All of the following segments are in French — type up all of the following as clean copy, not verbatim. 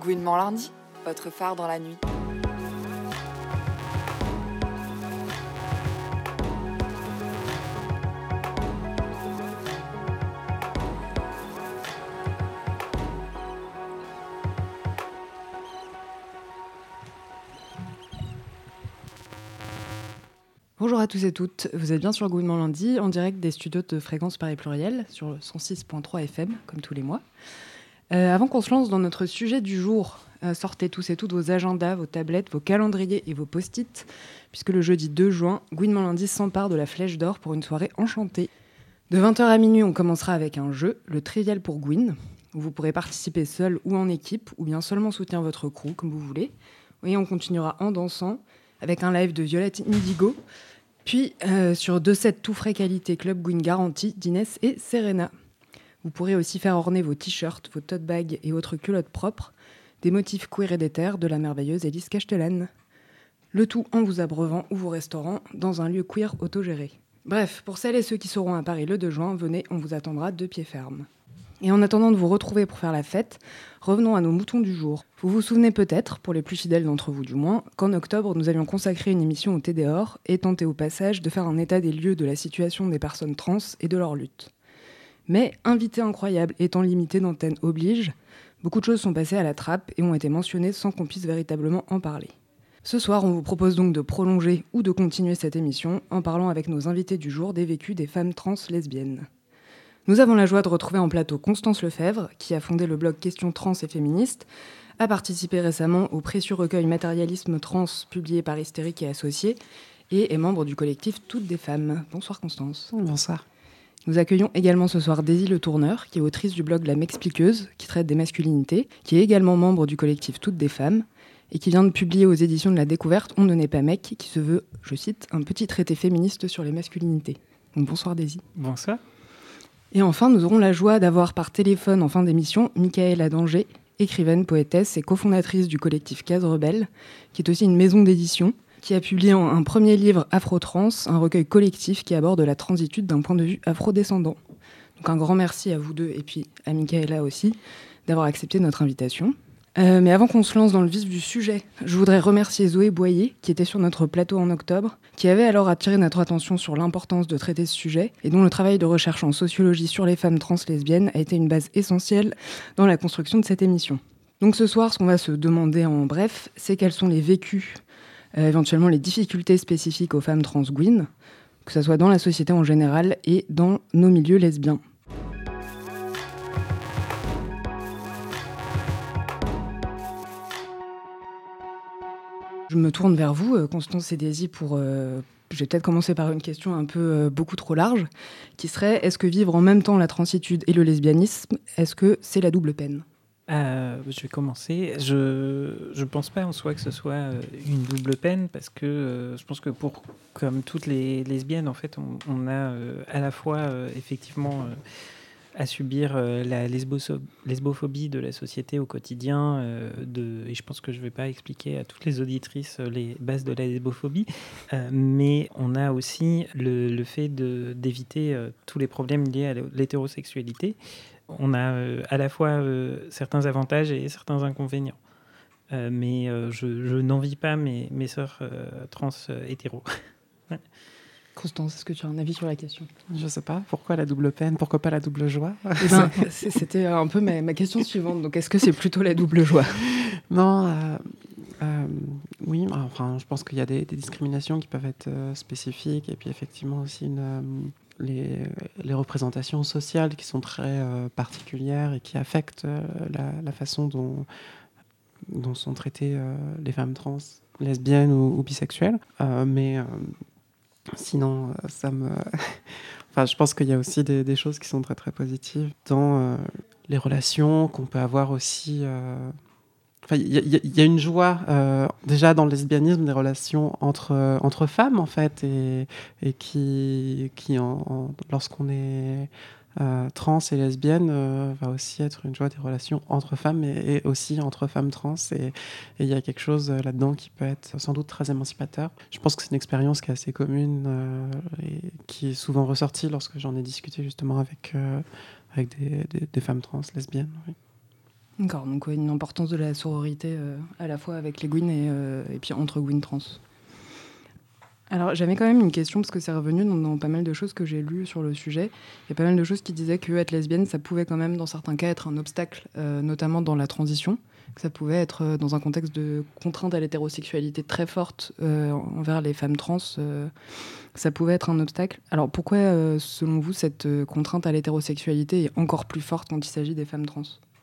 Gouinement lundi, votre phare dans la nuit. Bonjour à tous et toutes, vous êtes bien sur Gouinement lundi, en direct des studios de Fréquence Paris Pluriel, sur le 106.3 FM, comme tous les mois. Avant qu'on se lance dans notre sujet du jour, sortez tous et toutes vos agendas, vos tablettes, vos calendriers et vos post-it, puisque le jeudi 2 juin, Gouinement lundi s'empare de la Flèche d'Or pour une soirée enchantée. De 20h à minuit, on commencera avec un jeu, le Trivial pour Gouin, où vous pourrez participer seul ou en équipe, ou bien seulement soutenir votre crew, comme vous voulez. Et on continuera en dansant, avec un live de Violette Indigo, puis sur 2 sets tout frais qualité Club Gouin garantie d'Inès et Serena. Vous pourrez aussi faire orner vos t-shirts, vos tote bags et autres culottes propres des motifs queer et d'éther de la merveilleuse Élise Castellane. Le tout en vous abreuvant ou vous restaurant dans un lieu queer autogéré. Bref, pour celles et ceux qui seront à Paris le 2 juin, venez, on vous attendra de pied ferme. Et en attendant de vous retrouver pour faire la fête, revenons à nos moutons du jour. Vous vous souvenez peut-être, pour les plus fidèles d'entre vous du moins, qu'en octobre, nous avions consacré une émission au TDOR et tenté au passage de faire un état des lieux de la situation des personnes trans et de leur lutte. Mais, invité incroyable et temps limité d'antenne oblige, beaucoup de choses sont passées à la trappe et ont été mentionnées sans qu'on puisse véritablement en parler. Ce soir, on vous propose donc de prolonger ou de continuer cette émission en parlant avec nos invités du jour des vécus des femmes trans lesbiennes. Nous avons la joie de retrouver en plateau Constance Lefebvre, qui a fondé le blog Questions trans et féministes, a participé récemment au précieux recueil Matérialisme trans publié par Hystérique et Associés, et est membre du collectif Toutes des femmes. Bonsoir Constance. Bonsoir. Nous accueillons également ce soir Daisy Le Tourneur, qui est autrice du blog La M'expliqueuse, qui traite des masculinités, qui est également membre du collectif Toutes des femmes, et qui vient de publier aux éditions de La Découverte On ne n'est pas mec, qui se veut, je cite, un petit traité féministe sur les masculinités. Donc bonsoir Daisy. Bonsoir. Et enfin, nous aurons la joie d'avoir par téléphone en fin d'émission Michaëla Danger, écrivaine, poétesse et cofondatrice du collectif Case Rebelle, qui est aussi une maison d'édition, qui a publié un premier livre Afro-Trans, un recueil collectif qui aborde la transitude d'un point de vue afrodescendant. Donc un grand merci à vous deux et puis à Michaëla aussi d'avoir accepté notre invitation. Mais avant qu'on se lance dans le vif du sujet, je voudrais remercier Zoé Boyer, qui était sur notre plateau en octobre, qui avait alors attiré notre attention sur l'importance de traiter ce sujet, et dont le travail de recherche en sociologie sur les femmes trans lesbiennes a été une base essentielle dans la construction de cette émission. Donc ce soir, ce qu'on va se demander en bref, c'est quels sont les vécus, éventuellement les difficultés spécifiques aux femmes trans Gouin, que ce soit dans la société en général et dans nos milieux lesbiens. Je me tourne vers vous, Constance et Daisy, pour... je vais peut-être commencer par une question un peu beaucoup trop large, qui serait, est-ce que vivre en même temps la transitude et le lesbianisme, est-ce que c'est la double peine ? Je vais commencer. Je pense pas en soi que ce soit une double peine, parce que je pense que comme toutes les lesbiennes, en fait, on a à la fois effectivement à subir la lesbophobie de la société au quotidien, et je pense que je ne vais pas expliquer à toutes les auditrices les bases de la lesbophobie, mais on a aussi le fait d'éviter tous les problèmes liés à l'hétérosexualité. On a à la fois certains avantages et certains inconvénients. Mais je n'envie pas mes sœurs trans hétéros. Ouais. Constance, est-ce que tu as un avis sur la question ? Je sais pas, pourquoi la double peine, pourquoi pas la double joie ? C'était un peu ma question suivante, donc est-ce que c'est plutôt la double joie ? Non, oui, enfin, je pense qu'il y a des discriminations qui peuvent être spécifiques, et puis effectivement aussi les représentations sociales qui sont très particulières et qui affectent la façon dont sont traitées les femmes trans, lesbiennes ou bisexuelles. Mais sinon, enfin, je pense qu'il y a aussi des choses qui sont très très positives dans les relations qu'on peut avoir aussi. Enfin, il y a une joie déjà dans le lesbianisme, des relations entre femmes en fait, et qui lorsqu'on est trans et lesbienne, va aussi être une joie des relations entre femmes et aussi entre femmes trans, et il y a quelque chose là-dedans qui peut être sans doute très émancipateur. Je pense que c'est une expérience qui est assez commune et qui est souvent ressortie lorsque j'en ai discuté justement avec des femmes trans lesbiennes. Oui. D'accord, donc une importance de la sororité à la fois avec les Gwyn et puis entre Gwyn trans. Alors j'avais quand même une question parce que c'est revenu dans pas mal de choses que j'ai lues sur le sujet. Il y a pas mal de choses qui disaient que être lesbienne, ça pouvait quand même dans certains cas être un obstacle, notamment dans la transition. Que ça pouvait être dans un contexte de contrainte à l'hétérosexualité très forte envers les femmes trans, ça pouvait être un obstacle. Alors pourquoi, selon vous, cette contrainte à l'hétérosexualité est encore plus forte quand il s'agit des femmes trans ?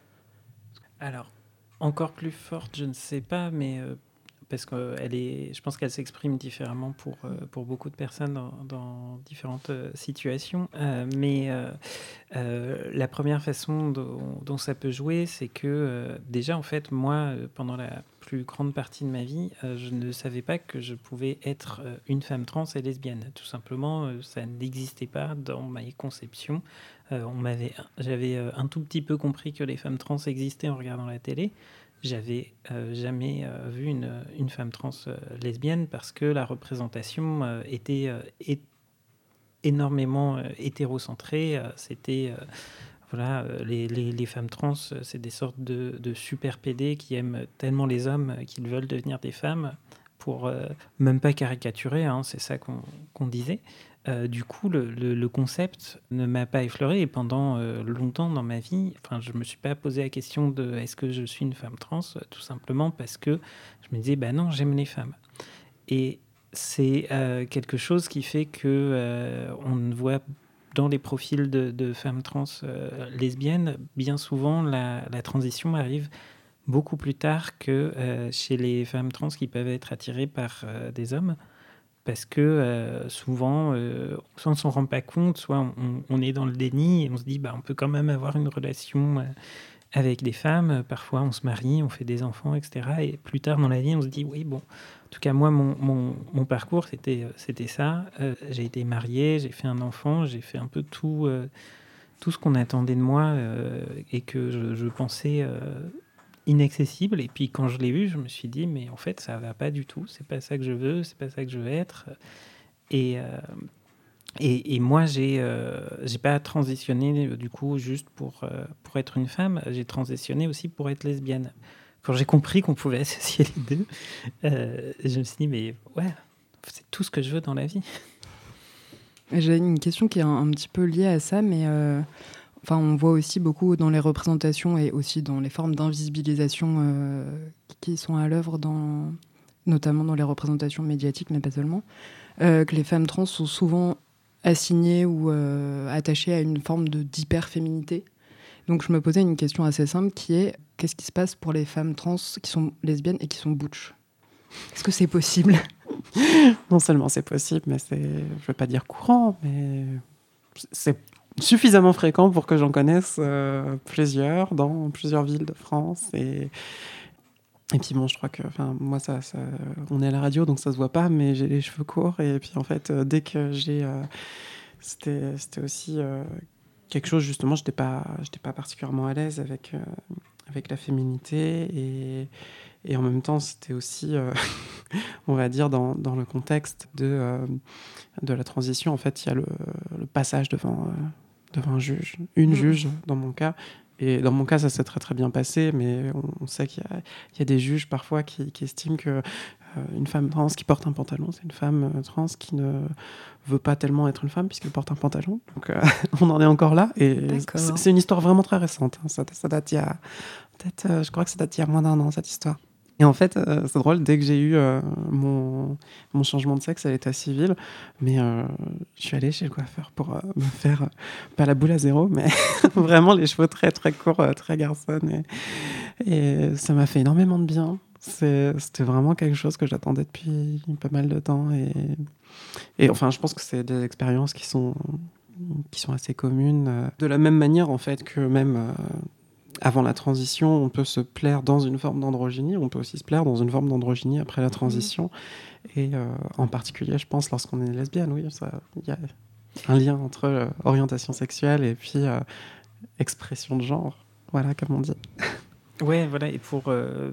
Alors, encore plus forte, je ne sais pas, mais parce que je pense qu'elle s'exprime différemment pour beaucoup de personnes dans différentes situations. Mais la première façon dont ça peut jouer, c'est que déjà, en fait, moi, pendant la plus grande partie de ma vie, je ne savais pas que je pouvais être une femme trans et lesbienne. Tout simplement, ça n'existait pas dans ma conception. J'avais un tout petit peu compris que les femmes trans existaient en regardant la télé. J'avais jamais vu une femme trans lesbienne parce que la représentation était énormément hétérocentrée. C'était les femmes trans, c'est des sortes de super PD qui aiment tellement les hommes qu'ils veulent devenir des femmes pour même pas caricaturer, hein, c'est ça qu'on disait. Du coup, le concept ne m'a pas effleuré et pendant longtemps dans ma vie, je me suis pas posé la question de est-ce que je suis une femme trans, tout simplement parce que je me disais non, j'aime les femmes. Et c'est quelque chose qui fait que on voit dans les profils de femmes trans lesbiennes, bien souvent la transition arrive beaucoup plus tard que chez les femmes trans qui peuvent être attirées par des hommes. Parce que souvent, soit on ne s'en rend pas compte, soit on est dans le déni et on se dit on peut quand même avoir une relation avec des femmes. Parfois, on se marie, on fait des enfants, etc. Et plus tard dans la vie, on se dit oui, bon, en tout cas, moi, mon parcours, c'était ça. J'ai été mariée, j'ai fait un enfant, j'ai fait un peu tout ce qu'on attendait de moi et que je pensais inaccessible. Et puis quand je l'ai vu, je me suis dit mais en fait ça va pas du tout, c'est pas ça que je veux, c'est pas ça que je veux être. Et moi j'ai pas transitionné du coup juste pour être une femme, j'ai transitionné aussi pour être lesbienne. Quand j'ai compris qu'on pouvait associer les deux, je me suis dit mais ouais, c'est tout ce que je veux dans la vie. J'ai une question qui est un petit peu liée à ça, mais on voit aussi beaucoup dans les représentations et aussi dans les formes d'invisibilisation qui sont à l'œuvre, notamment dans les représentations médiatiques, mais pas seulement, que les femmes trans sont souvent assignées ou attachées à une forme d'hyper-féminité. Donc je me posais une question assez simple qui est qu'est-ce qui se passe pour les femmes trans qui sont lesbiennes et qui sont butch ? Est-ce que c'est possible ? Non seulement c'est possible, mais je ne veux pas dire courant, mais c'est suffisamment fréquent pour que j'en connaisse plusieurs dans plusieurs villes de France. Et puis bon, je crois que moi, ça, on est à la radio, donc ça se voit pas, mais j'ai les cheveux courts. Et puis en fait, dès que j'ai... c'était aussi quelque chose, justement, j'étais pas particulièrement à l'aise avec la féminité. Et en même temps, c'était aussi, on va dire, dans le contexte de la transition. En fait, il y a le passage devant un juge, une juge dans mon cas. Et dans mon cas, ça s'est très très bien passé, mais on sait qu'il y a des juges parfois qui estiment que une femme trans qui porte un pantalon, c'est une femme trans qui ne veut pas tellement être une femme puisqu'elle porte un pantalon. Donc on en est encore là. Et c'est une histoire vraiment très récente. Hein. Ça date il y a peut-être, je crois que ça date il y a moins d'1 an, cette histoire. Et en fait, c'est drôle, dès que j'ai eu mon changement de sexe à l'état civil, mais je suis allée chez le coiffeur pour me faire, pas la boule à zéro, mais vraiment les cheveux très très courts, très garçonnes. Et ça m'a fait énormément de bien. C'était vraiment quelque chose que j'attendais depuis pas mal de temps. Et enfin, je pense que c'est des expériences qui sont assez communes. De la même manière, en fait, que même... avant la transition, on peut se plaire dans une forme d'androgynie, on peut aussi se plaire dans une forme d'androgynie après la transition. Et en particulier, je pense, lorsqu'on est lesbienne, oui, il y a un lien entre orientation sexuelle et puis expression de genre, voilà, comme on dit. Ouais, voilà, et pour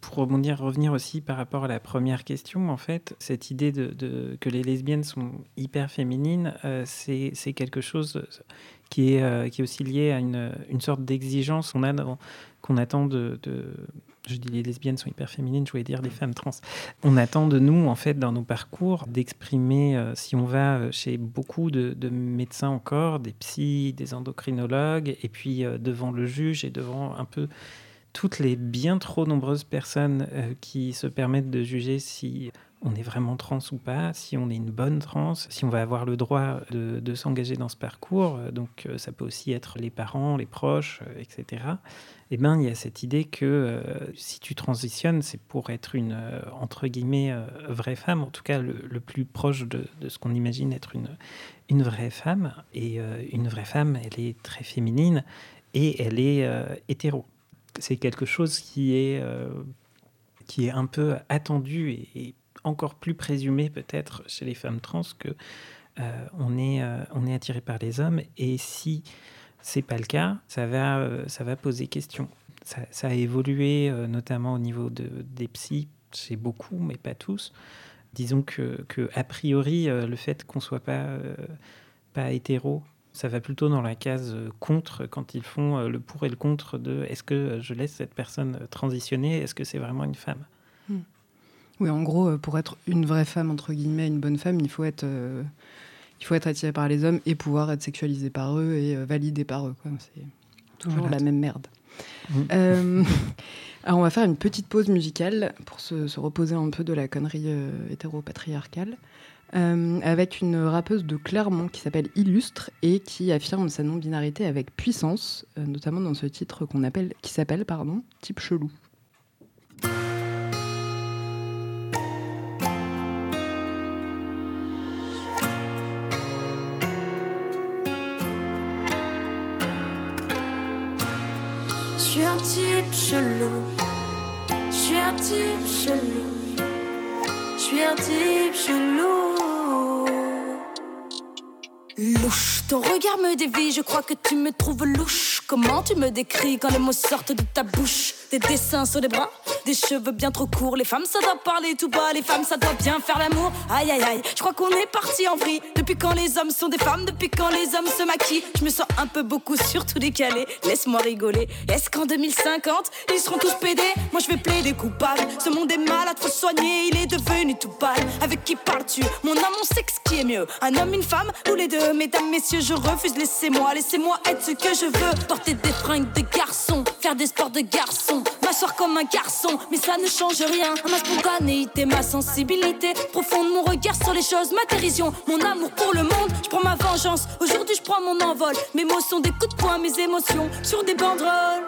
pour revenir aussi par rapport à la première question, en fait, cette idée que les lesbiennes sont hyper féminines, c'est quelque chose qui est aussi lié à une sorte d'exigence qu'on attend je dis les lesbiennes sont hyper féminines, je voulais dire les femmes trans. On attend de nous, en fait, dans nos parcours, d'exprimer, si on va chez beaucoup de médecins encore, des psys, des endocrinologues, et puis devant le juge et devant un peu toutes les bien trop nombreuses personnes qui se permettent de juger si on est vraiment trans ou pas, si on est une bonne trans, si on va avoir le droit de s'engager dans ce parcours. Donc ça peut aussi être les parents, les proches, etc. Eh bien, il y a cette idée que si tu transitionnes, c'est pour être une, entre guillemets, vraie femme, en tout cas le plus proche de ce qu'on imagine être une vraie femme. Et une vraie femme, elle est très féminine et elle est hétéro. C'est quelque chose qui est un peu attendu et encore plus présumé peut-être chez les femmes trans que on est attiré par les hommes, et si c'est pas le cas, ça va poser question. Ça a évolué notamment au niveau des psys, chez beaucoup mais pas tous. Disons que a priori le fait qu'on soit pas hétéro, ça va plutôt dans la case contre, quand ils font le pour et le contre de est-ce que je laisse cette personne transitionner, est-ce que c'est vraiment une femme. Oui, en gros, pour être une vraie femme, entre guillemets, une bonne femme, il faut être attiré par les hommes et pouvoir être sexualisé par eux et validé par eux, quoi. C'est toujours la même merde. Alors, on va faire une petite pause musicale pour se reposer un peu de la connerie hétéro-patriarcale, avec une rappeuse de Clermont qui s'appelle Illustre et qui affirme sa non-binarité avec puissance, notamment dans ce titre qui s'appelle Type Chelou. Je suis un type chelou, je suis un type chelou, je suis un type chelou. Louche, ton regard me dévie, je crois que tu me trouves louche. Comment tu me décris quand les mots sortent de ta bouche? Des dessins sur les bras, des cheveux bien trop courts. Les femmes ça doit parler tout bas, les femmes ça doit bien faire l'amour. Aïe aïe aïe, je crois qu'on est parti en vrille. Depuis quand les hommes sont des femmes, depuis quand les hommes se maquillent? Je me sens un peu beaucoup surtout décalé, laisse-moi rigoler. Est-ce qu'en 2050, ils seront tous pédés? Moi je vais plaider coupable, ce monde est malade, faut soigner, il est devenu tout pâle. Avec qui parles-tu? Mon âme, mon sexe, qui est mieux? Un homme, une femme ou les deux? Mesdames, messieurs, je refuse, laissez-moi être ce que je veux. Porter des fringues de garçon, faire des sports de garçon, m'asseoir comme un garçon, mais ça ne change rien. Ma spontanéité, ma sensibilité profonde, mon regard sur les choses, ma dérision, mon amour pour le monde. Je prends ma vengeance, aujourd'hui je prends mon envol. Mes mots sont des coups de poing, mes émotions sur des banderoles.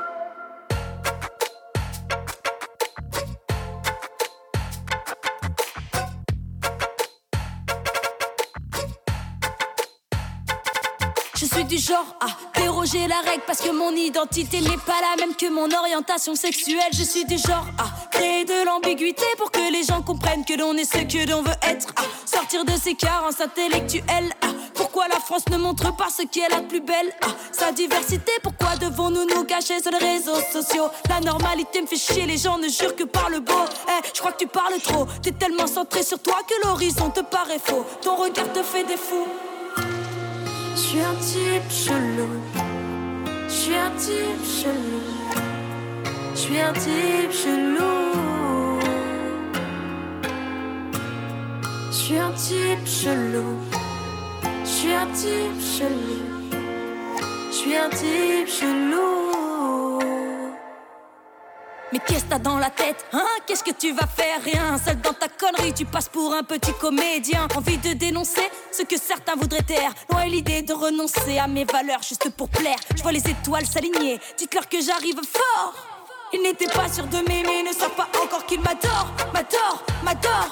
Je suis du genre à déroger la règle parce que mon identité n'est pas la même que mon orientation sexuelle. Je suis du genre à créer de l'ambiguïté pour que les gens comprennent que l'on est ce que l'on veut être. À sortir de ses carences intellectuelles. Pourquoi la France ne montre pas ce qu'elle a de plus belle? Sa diversité, pourquoi devons-nous nous cacher sur les réseaux sociaux? La normalité me fait chier, les gens ne jurent que par le beau. Je crois que tu parles trop, t'es tellement centré sur toi que l'horizon te paraît faux. Ton regard te fait des fous. Je suis un type chelou, je suis un type chelou, je suis un type chelou, je suis un type chelou, je suis un type chelou, je suis un type chelou. Mais qu'est-ce que t'as dans la tête, hein? Qu'est-ce que tu vas faire? Rien, seul dans ta connerie, tu passes pour un petit comédien. Envie de dénoncer ce que certains voudraient taire. Loin est l'idée de renoncer à mes valeurs juste pour plaire. Je vois les étoiles s'aligner, dites-leur que j'arrive fort. Ils n'étaient pas sûrs de m'aimer, ne savent pas encore qu'ils m'adorent. M'adorent.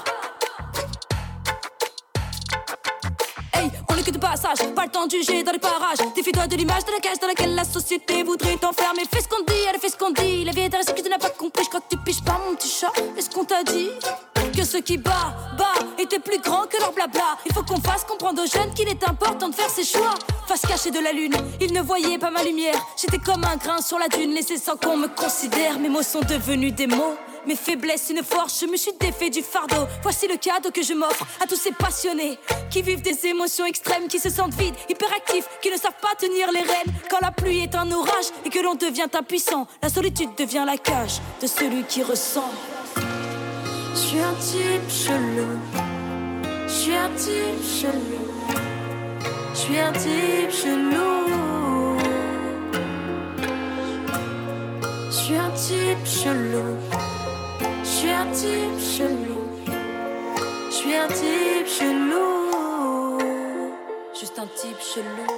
Hey, on n'est que de passage, pas le temps de juger dans les parages. Défie-toi de l'image de la cage dans laquelle la société voudrait t'enfermer. Fais ce qu'on dit, allez fais ce qu'on dit. La vie est un récit que tu n'as pas compris. Je crois que tu piges pas mon petit chat. Est-ce qu'on t'a dit que ceux qui bat étaient plus grands que leur blabla? Il faut qu'on fasse comprendre aux jeunes qu'il est important de faire ses choix. Face cachée de la lune, ils ne voyaient pas ma lumière. J'étais comme un grain sur la dune, laissé sans qu'on me considère. Mes mots sont devenus des mots, Mes faiblesses, une force, je me suis défait du fardeau. Voici le cadeau que je m'offre à tous ces passionnés qui vivent des émotions extrêmes, qui se sentent vides, hyperactifs, qui ne savent pas tenir les rênes. Quand la pluie est un orage et que l'on devient impuissant, la solitude devient la cage de celui qui ressent. Je suis un type chelou. Je suis un type chelou. Je suis un type chelou. Je suis un type chelou. Je suis un type chelou. Je suis un type chelou. Juste un type chelou.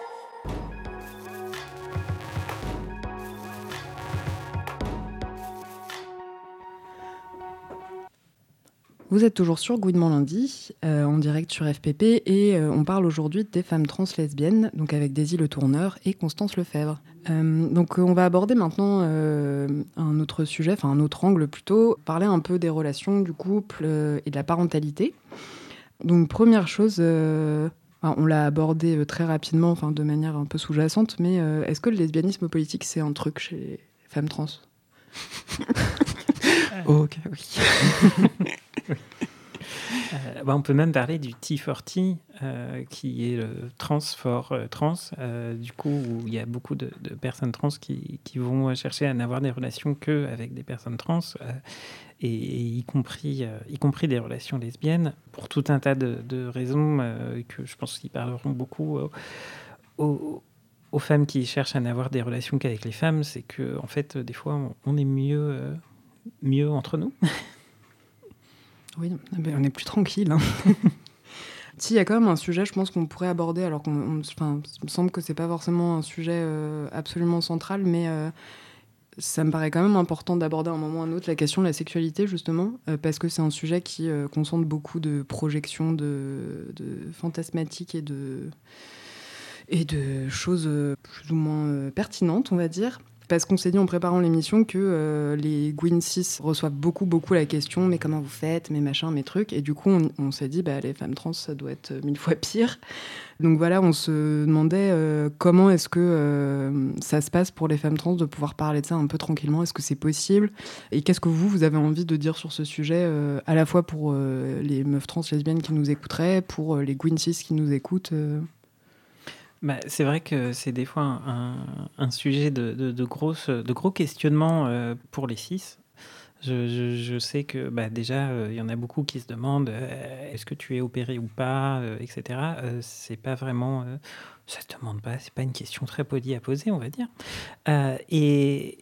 Vous êtes toujours sur Gouinement lundi, en direct sur FPP, et on parle aujourd'hui des femmes trans lesbiennes, donc avec Daisy Le Tourneur et Constance Lefebvre. Donc on va aborder maintenant un autre sujet, enfin un autre angle plutôt, parler un peu des relations du couple et de la parentalité. Donc première chose, on l'a abordé très rapidement, enfin de manière un peu sous-jacente, mais est-ce que le lesbianisme politique c'est un truc chez les femmes trans ? Ok, oui. On peut même parler du T40, qui est le trans for trans, du coup, où il y a beaucoup de personnes trans qui vont chercher à n'avoir des relations qu'avec des personnes trans, et y compris des relations lesbiennes, pour tout un tas de raisons que je pense qu'ils parleront beaucoup aux femmes qui cherchent à n'avoir des relations qu'avec les femmes. C'est que, en fait, des fois, on est mieux entre nous. Oui, on est plus tranquille. Hein. Si, il y a quand même un sujet, je pense qu'on pourrait aborder, alors il me semble que c'est pas forcément un sujet absolument central, mais ça me paraît quand même important d'aborder à un moment ou à un autre la question de la sexualité, justement, parce que c'est un sujet qui concentre beaucoup de projections, de fantasmatiques et de choses plus ou moins pertinentes, on va dire. Parce qu'on s'est dit en préparant l'émission que les Gwyn 6 reçoivent beaucoup la question « mais comment vous faites, mes machins, mes trucs ?» Et du coup, on s'est dit les femmes trans, ça doit être 1000 fois pire. Donc voilà, on se demandait comment est-ce que ça se passe pour les femmes trans de pouvoir parler de ça un peu tranquillement. Est-ce que c'est possible ? Et qu'est-ce que vous avez envie de dire sur ce sujet, à la fois pour les meufs trans lesbiennes qui nous écouteraient, pour les Gwyn 6 qui nous écoutent c'est vrai que c'est des fois un sujet de gros questionnements pour les cis. Je sais que déjà, il y en a beaucoup qui se demandent est-ce que tu es opéré ou pas, etc. C'est pas vraiment... ça se demande pas, c'est pas une question très polie à poser, on va dire. Et...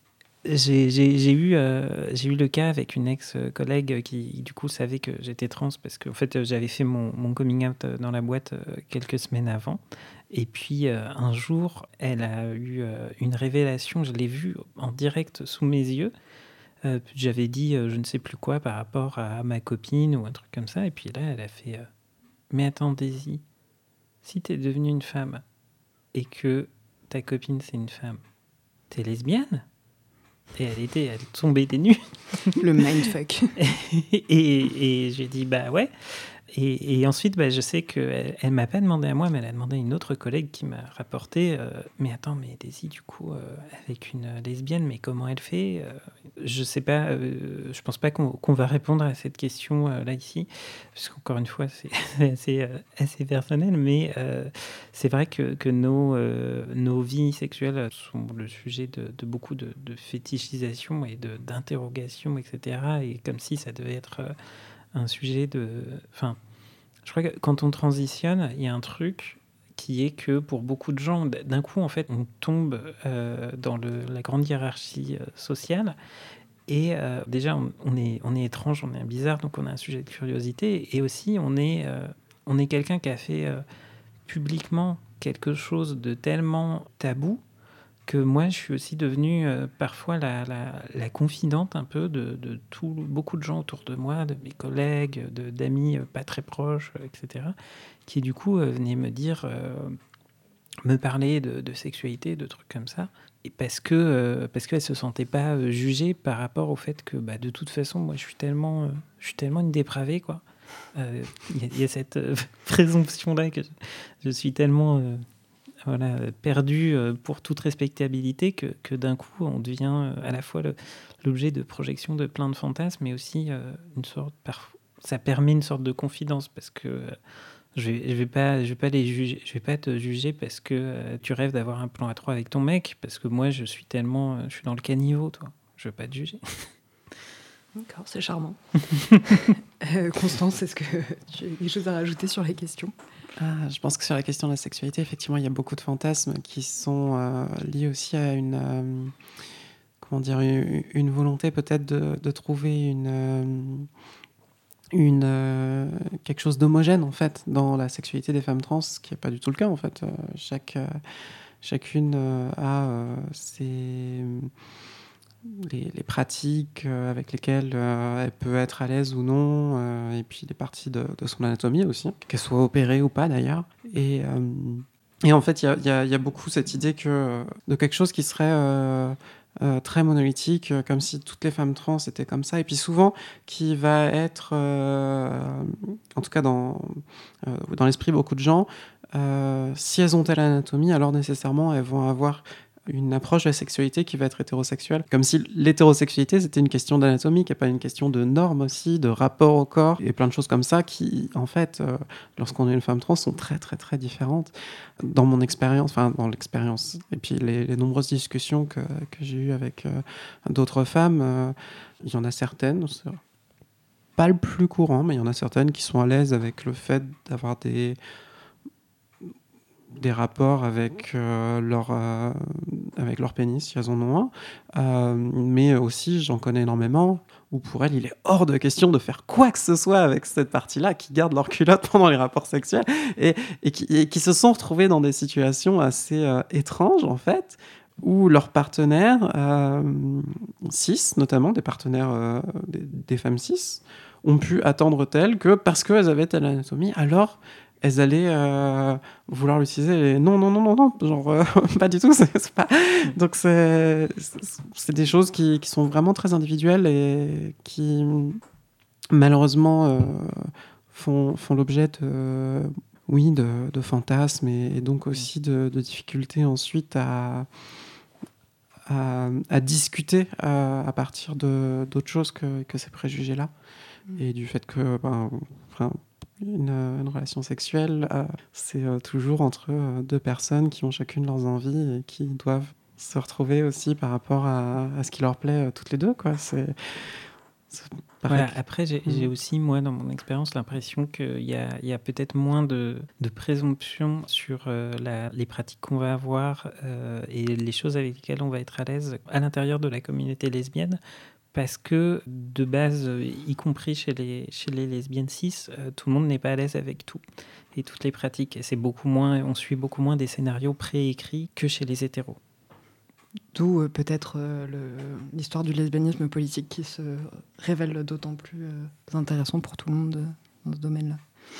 J'ai eu le cas avec une ex-collègue qui, du coup, savait que j'étais trans parce qu'en fait, j'avais fait mon coming out dans la boîte quelques semaines avant. Et puis, un jour, elle a eu une révélation. Je l'ai vue en direct sous mes yeux. J'avais dit je ne sais plus quoi par rapport à ma copine ou un truc comme ça. Et puis là, elle a fait mais attends, Daisy, si t'es devenue une femme et que ta copine, c'est une femme, t'es lesbienne ? Et elle tombait des nues. Le mindfuck. et j'ai dit, ouais. Et ensuite, je sais qu'elle ne m'a pas demandé à moi, mais elle a demandé à une autre collègue qui m'a rapporté mais attends, mais Daisy, du coup, avec une lesbienne, mais comment elle fait je ne sais pas, je ne pense pas qu'on va répondre à cette question là, ici, parce qu'encore une fois, c'est assez personnel, mais c'est vrai que nos vies sexuelles sont le sujet de beaucoup de fétichisation et d'interrogation, etc. Et comme si ça devait être... un sujet je crois que quand on transitionne, il y a un truc qui est que pour beaucoup de gens, d'un coup, en fait, on tombe dans la grande hiérarchie sociale. Et déjà, on est étrange, on est bizarre, donc on a un sujet de curiosité. Et aussi, on est quelqu'un qui a fait publiquement quelque chose de tellement tabou que moi, je suis aussi devenue parfois la confidente un peu de beaucoup de gens autour de moi, de mes collègues, d'amis pas très proches, etc., qui du coup venaient me dire, me parler de sexualité, de trucs comme ça, et parce qu'elles ne se sentaient pas jugées par rapport au fait que de toute façon, moi, je suis tellement une dépravée, quoi. Il y a cette présomption-là que je suis tellement... perdu pour toute respectabilité que d'un coup on devient à la fois l'objet de projection de plein de fantasmes, mais aussi ça permet une sorte de confidence, parce que je vais pas les juger, je vais pas te juger parce que tu rêves d'avoir un plan à 3 avec ton mec, parce que moi je suis dans le caniveau, toi. Je vais pas te juger. D'accord, c'est charmant. Constance, est-ce que tu as des choses à rajouter sur les questions ? Je pense que sur la question de la sexualité, effectivement, il y a beaucoup de fantasmes qui sont liés aussi à une volonté peut-être de trouver quelque chose d'homogène en fait dans la sexualité des femmes trans, ce qui n'est pas du tout le cas en fait. Chacune a les pratiques avec lesquelles elle peut être à l'aise ou non, et puis les parties de son anatomie aussi, qu'elle soit opérée ou pas d'ailleurs. Et en fait, il y a beaucoup cette idée de quelque chose qui serait très monolithique, comme si toutes les femmes trans étaient comme ça, et puis souvent qui va être, en tout cas dans l'esprit de beaucoup de gens, si elles ont telle anatomie, alors nécessairement elles vont avoir une approche de la sexualité qui va être hétérosexuelle. Comme si l'hétérosexualité, c'était une question d'anatomie, et pas une question de normes aussi, de rapport au corps, et plein de choses comme ça qui, en fait, lorsqu'on est une femme trans, sont très, très, très différentes. Dans mon expérience, et puis les nombreuses discussions que j'ai eues avec d'autres femmes, il y en a certaines, c'est pas le plus courant, mais il y en a certaines qui sont à l'aise avec le fait d'avoir des rapports avec leur pénis, si elles en ont un. Mais aussi, j'en connais énormément, où pour elles, il est hors de question de faire quoi que ce soit avec cette partie-là, qui gardent leur culotte pendant les rapports sexuels, et qui se sont retrouvées dans des situations assez étranges, en fait, où leurs partenaires, cis, notamment, des partenaires des femmes cis, ont pu attendre telles que, parce qu'elles avaient telle anatomie, alors elles allaient vouloir l'utiliser. Non, genre pas du tout. C'est pas... Donc c'est des choses qui sont vraiment très individuelles et qui malheureusement font l'objet de fantasmes et donc aussi de difficultés ensuite à discuter à partir d'autres choses que ces préjugés-là et du fait que une relation sexuelle, c'est toujours entre deux personnes qui ont chacune leurs envies et qui doivent se retrouver aussi par rapport à ce qui leur plaît toutes les deux, quoi. Voilà, après, j'ai aussi, moi, dans mon expérience, l'impression qu'il y a peut-être moins de présomption sur les pratiques qu'on va avoir et les choses avec lesquelles on va être à l'aise à l'intérieur de la communauté lesbienne. Parce que, de base, y compris chez les lesbiennes cis, tout le monde n'est pas à l'aise avec tout et toutes les pratiques. Et on suit beaucoup moins des scénarios préécrits que chez les hétéros. D'où peut-être l'histoire du lesbianisme politique qui se révèle d'autant plus intéressant pour tout le monde dans ce domaine-là.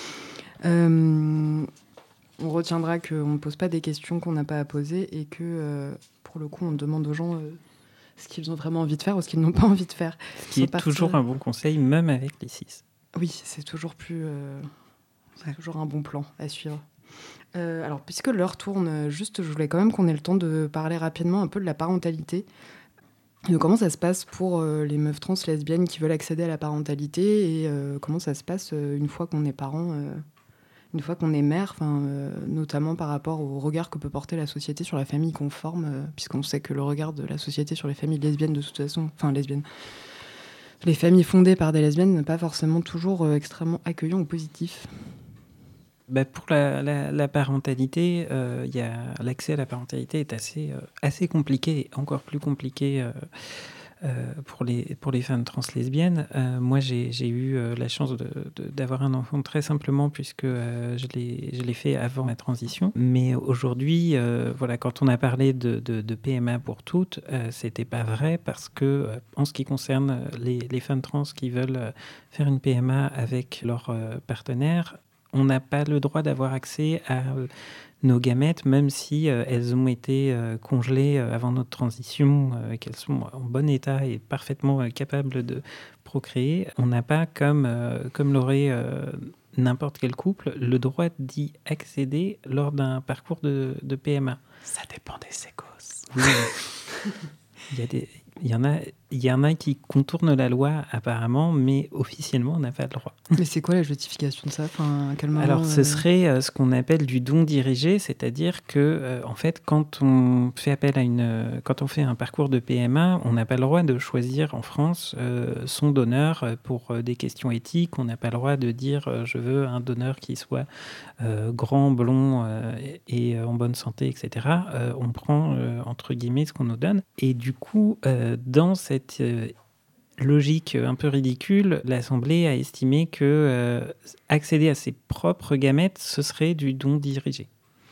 On retiendra qu'on ne pose pas des questions qu'on n'a pas à poser et que, pour le coup, on demande aux gens... ce qu'ils ont vraiment envie de faire ou ce qu'ils n'ont pas envie de faire. Ce qui est toujours un bon conseil, même avec les cis. Oui, c'est toujours toujours un bon plan à suivre. Alors, puisque l'heure tourne, je voulais quand même qu'on ait le temps de parler rapidement un peu de la parentalité. De comment ça se passe pour les meufs trans lesbiennes qui veulent accéder à la parentalité et comment ça se passe une fois qu'on est parent, une fois qu'on est mère, notamment par rapport au regard que peut porter la société sur la famille qu'on forme, puisqu'on sait que le regard de la société sur les familles lesbiennes, de toute façon, les familles fondées par des lesbiennes, n'est pas forcément toujours extrêmement accueillant ou positif. Pour la parentalité, l'accès à la parentalité est assez compliqué, et encore plus compliqué pour les femmes trans lesbiennes. Moi, j'ai eu la chance d'avoir un enfant très simplement puisque je l'ai fait avant ma transition. Mais aujourd'hui, quand on a parlé de PMA pour toutes, c'était pas vrai parce que en ce qui concerne les femmes trans qui veulent faire une PMA avec leur partenaire, on n'a pas le droit d'avoir accès à nos gamètes, même si elles ont été congelées avant notre transition, qu'elles sont en bon état et parfaitement capables de procréer. On n'a pas, comme l'aurait n'importe quel couple le droit d'y accéder lors d'un parcours de PMA. Ça dépend des sécos. Oui. Il y en a qui contournent la loi apparemment, mais officiellement on n'a pas le droit. Mais c'est quoi la justification de ça? Enfin, à quel moment, Alors ce serait ce qu'on appelle du don dirigé, c'est-à-dire que en fait quand on fait appel à quand on fait un parcours de PMA, on n'a pas le droit de choisir en France son donneur pour des questions éthiques. On n'a pas le droit de dire je veux un donneur qui soit grand, blond et en bonne santé, etc. On prend entre guillemets ce qu'on nous donne. Et du coup, dans cette logique un peu ridicule, l'Assemblée a estimé que accéder à ses propres gamètes, ce serait du don dirigé.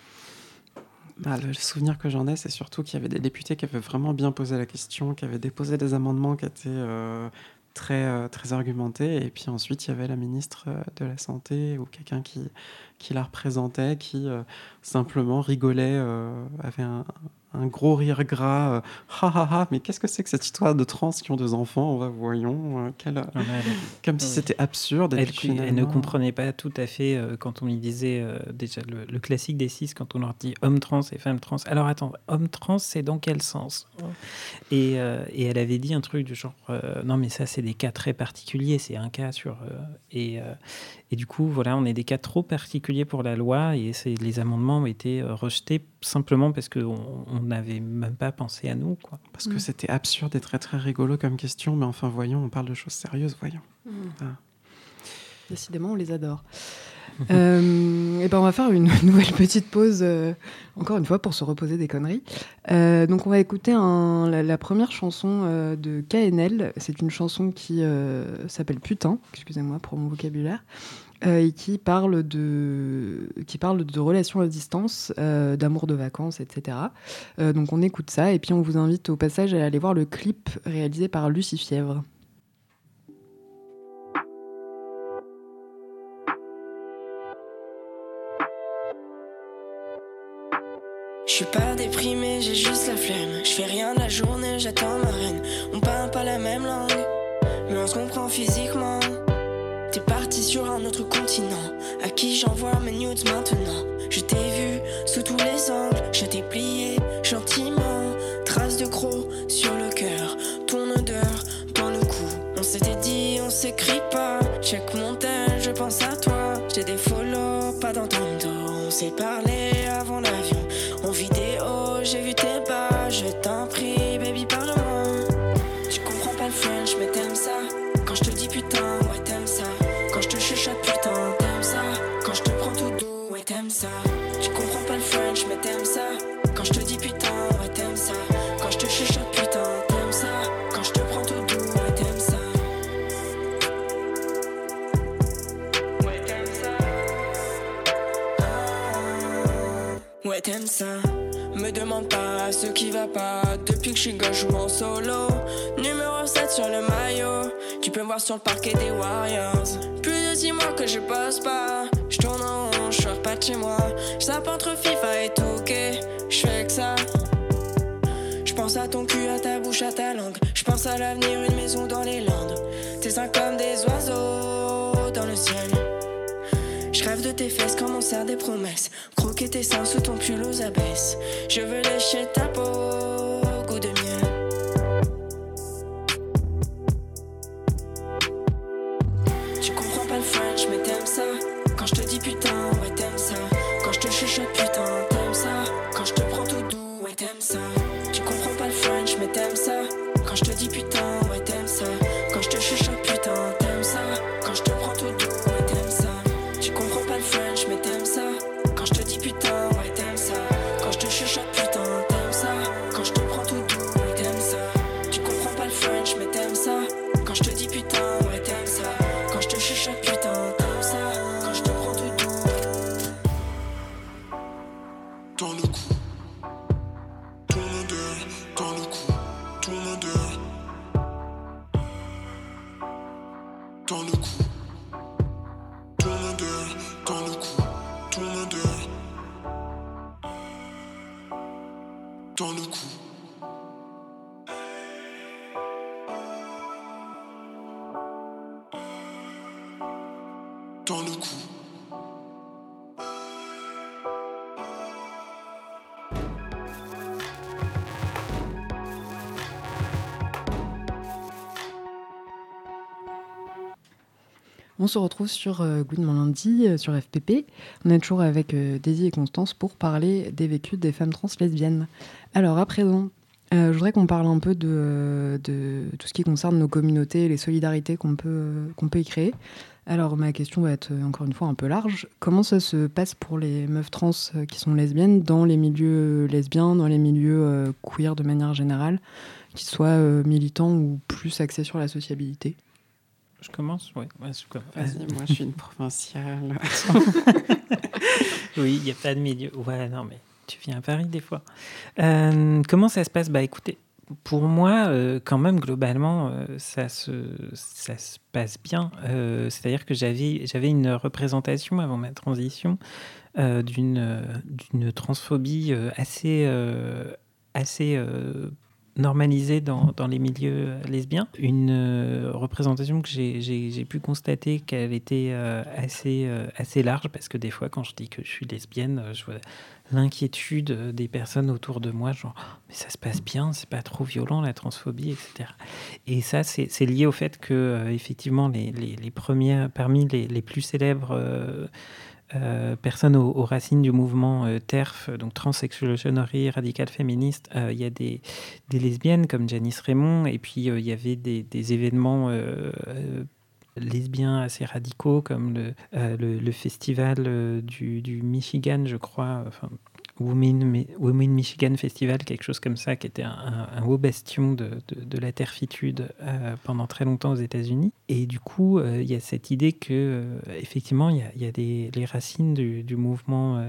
Le souvenir que j'en ai, c'est surtout qu'il y avait des députés qui avaient vraiment bien posé la question, qui avaient déposé des amendements qui étaient très argumentés. Et puis ensuite, il y avait la ministre de la Santé ou quelqu'un qui la représentait, qui simplement rigolait, avait un gros rire gras. Mais qu'est-ce que c'est que cette histoire de trans qui ont des enfants? Voyons, comme si c'était absurde. Et Elle ne comprenait pas tout à fait quand on lui disait déjà le classique des cis, quand on leur dit homme trans et femme trans. Alors attends, homme trans, c'est dans quel sens? Et elle avait dit un truc du genre non mais ça c'est des cas très particuliers, c'est un cas sur... Et du coup, voilà, on est des cas trop particuliers pour la loi et les amendements ont été rejetés simplement parce qu'on n'avait même pas pensé à nous, quoi. Parce que c'était absurde et très très rigolo comme question, mais enfin, voyons, on parle de choses sérieuses, voyons. Décidément, on les adore. Et ben on va faire une nouvelle petite pause, encore une fois, pour se reposer des conneries. Donc on va écouter la première chanson de KNL. C'est une chanson qui s'appelle Putain, excusez-moi pour mon vocabulaire, et qui parle de relations à distance, d'amour de vacances, etc. Donc on écoute ça, et puis on vous invite au passage à aller voir le clip réalisé par Lucie Fièvre. Je suis pas déprimé, j'ai juste la flemme. Je fais rien de la journée, j'attends ma reine. On parle pas la même langue, mais on se comprend physiquement. T'es parti sur un autre continent, à qui j'envoie mes nudes maintenant. Je t'ai vu sous tous les angles, je t'ai plié gentiment. Traces de crocs sur le cœur, ton odeur dans le cou. On s'était dit, on s'écrit pas. Check mon tel, je pense à toi. J'ai des follow, pas dans ton dos. On s'est parlé avant l'avion. En vidéo, j'ai vu tes bas. Je t'en prie, baby, parle-moi. Tu comprends pas le French, mais t'aimes ça. Quand je te dis putain, ouais, t'aimes ça. Quand je te chuchote putain, t'aimes ça. Quand je te prends tout doux, ouais, t'aimes ça. Tu comprends pas le French, mais t'aimes ça. Quand je te dis putain, ouais, t'aimes ça. Quand je te chuchote putain, t'aimes ça. Quand je te prends tout doux, ouais, t'aimes ça. Ouais, t'aimes ça. Ouais, t'aimes ça. Me demande pas ce qui va pas. Depuis que je suis gauche, je joue en solo. Numéro 7 sur le maillot. Tu peux me voir sur le parquet des Warriors. Plus de 6 mois que je passe pas. Je tourne en rond, je sors pas de chez moi. Je zappe entre FIFA et Touquet. Je fais que ça. Je pense à ton cul, à ta bouche, à ta langue. Je pense à l'avenir, une maison dans les Landes. Tes seins comme des oiseaux dans le ciel. Je rêve de tes fesses comme on sert des promesses. Croquer tes seins sous ton pull aux abaisses. Je veux lécher ta peau, goût de miel. Tu comprends pas le French, mais t'aimes ça. Quand je te dis putain, ouais, t'aimes ça. Quand je te chuchote putain, t'aimes ça. Quand je te prends tout doux, ouais, t'aimes ça. Tu comprends pas le French, mais t'aimes ça. Quand je te dis putain, ouais, t'aimes ça. Quand je te chuchote putain, t'aimes ça. Quand je te prends tout doux, ouais, t'aimes ça. Tu comprends pas le French, mais t'aimes ça. Quand je te dis putain, ouais, t'aimes ça. Quand je te chuchote putain, t'aimes ça. Quand je te prends tout doux, ouais, t'aimes ça. Tu comprends pas le French, mais t'aimes ça. Quand je te dis putain, ouais, t'aimes ça. Quand je te chuchote putain, t'aimes ça. Quand je te prends tout doux. Dans le cou, ton odeur, dans le cou, ton odeur. Dans le cou, ton odeur, dans le cou, ton odeur. Dans le cou. Dans le cou. On se retrouve sur Good Morning Lundi, sur FPP. On est toujours avec Daisy et Constance pour parler des vécus des femmes trans lesbiennes. Alors à présent, je voudrais qu'on parle un peu de tout ce qui concerne nos communautés et les solidarités qu'on peut y créer. Alors ma question va être encore une fois un peu large. Comment ça se passe pour les meufs trans qui sont lesbiennes dans les milieux lesbiens, dans les milieux queer de manière générale, qu'ils soient militants ou plus axés sur la sociabilité? Je commence. Oui, je commence. Vas-y, moi je suis une provinciale. Oui, il n'y a pas de milieu. Ouais, non, mais tu viens à Paris des fois. Comment ça se passe? Bah écoutez, pour moi, quand même, globalement, ça se passe bien. C'est-à-dire que j'avais une représentation avant ma transition d'une transphobie assez normalisée dans les milieux lesbiens. Une représentation que j'ai pu constater qu'elle était assez large, parce que des fois, quand je dis que je suis lesbienne, je vois l'inquiétude des personnes autour de moi, genre mais ça se passe bien, c'est pas trop violent la transphobie, etc. Et ça, c'est lié au fait que effectivement les premières, parmi les plus célèbres personnes aux racines du mouvement TERF, donc Transsexuality Radical Féministe, il y a des lesbiennes comme Janice Raymond, et puis il y avait des événements lesbiens assez radicaux comme le festival du Michigan, je crois, enfin Women Michigan Festival, quelque chose comme ça, qui était un haut bastion de la terfitude pendant très longtemps aux États-Unis. Et du coup, il y a cette idée que effectivement, il y a les racines du mouvement.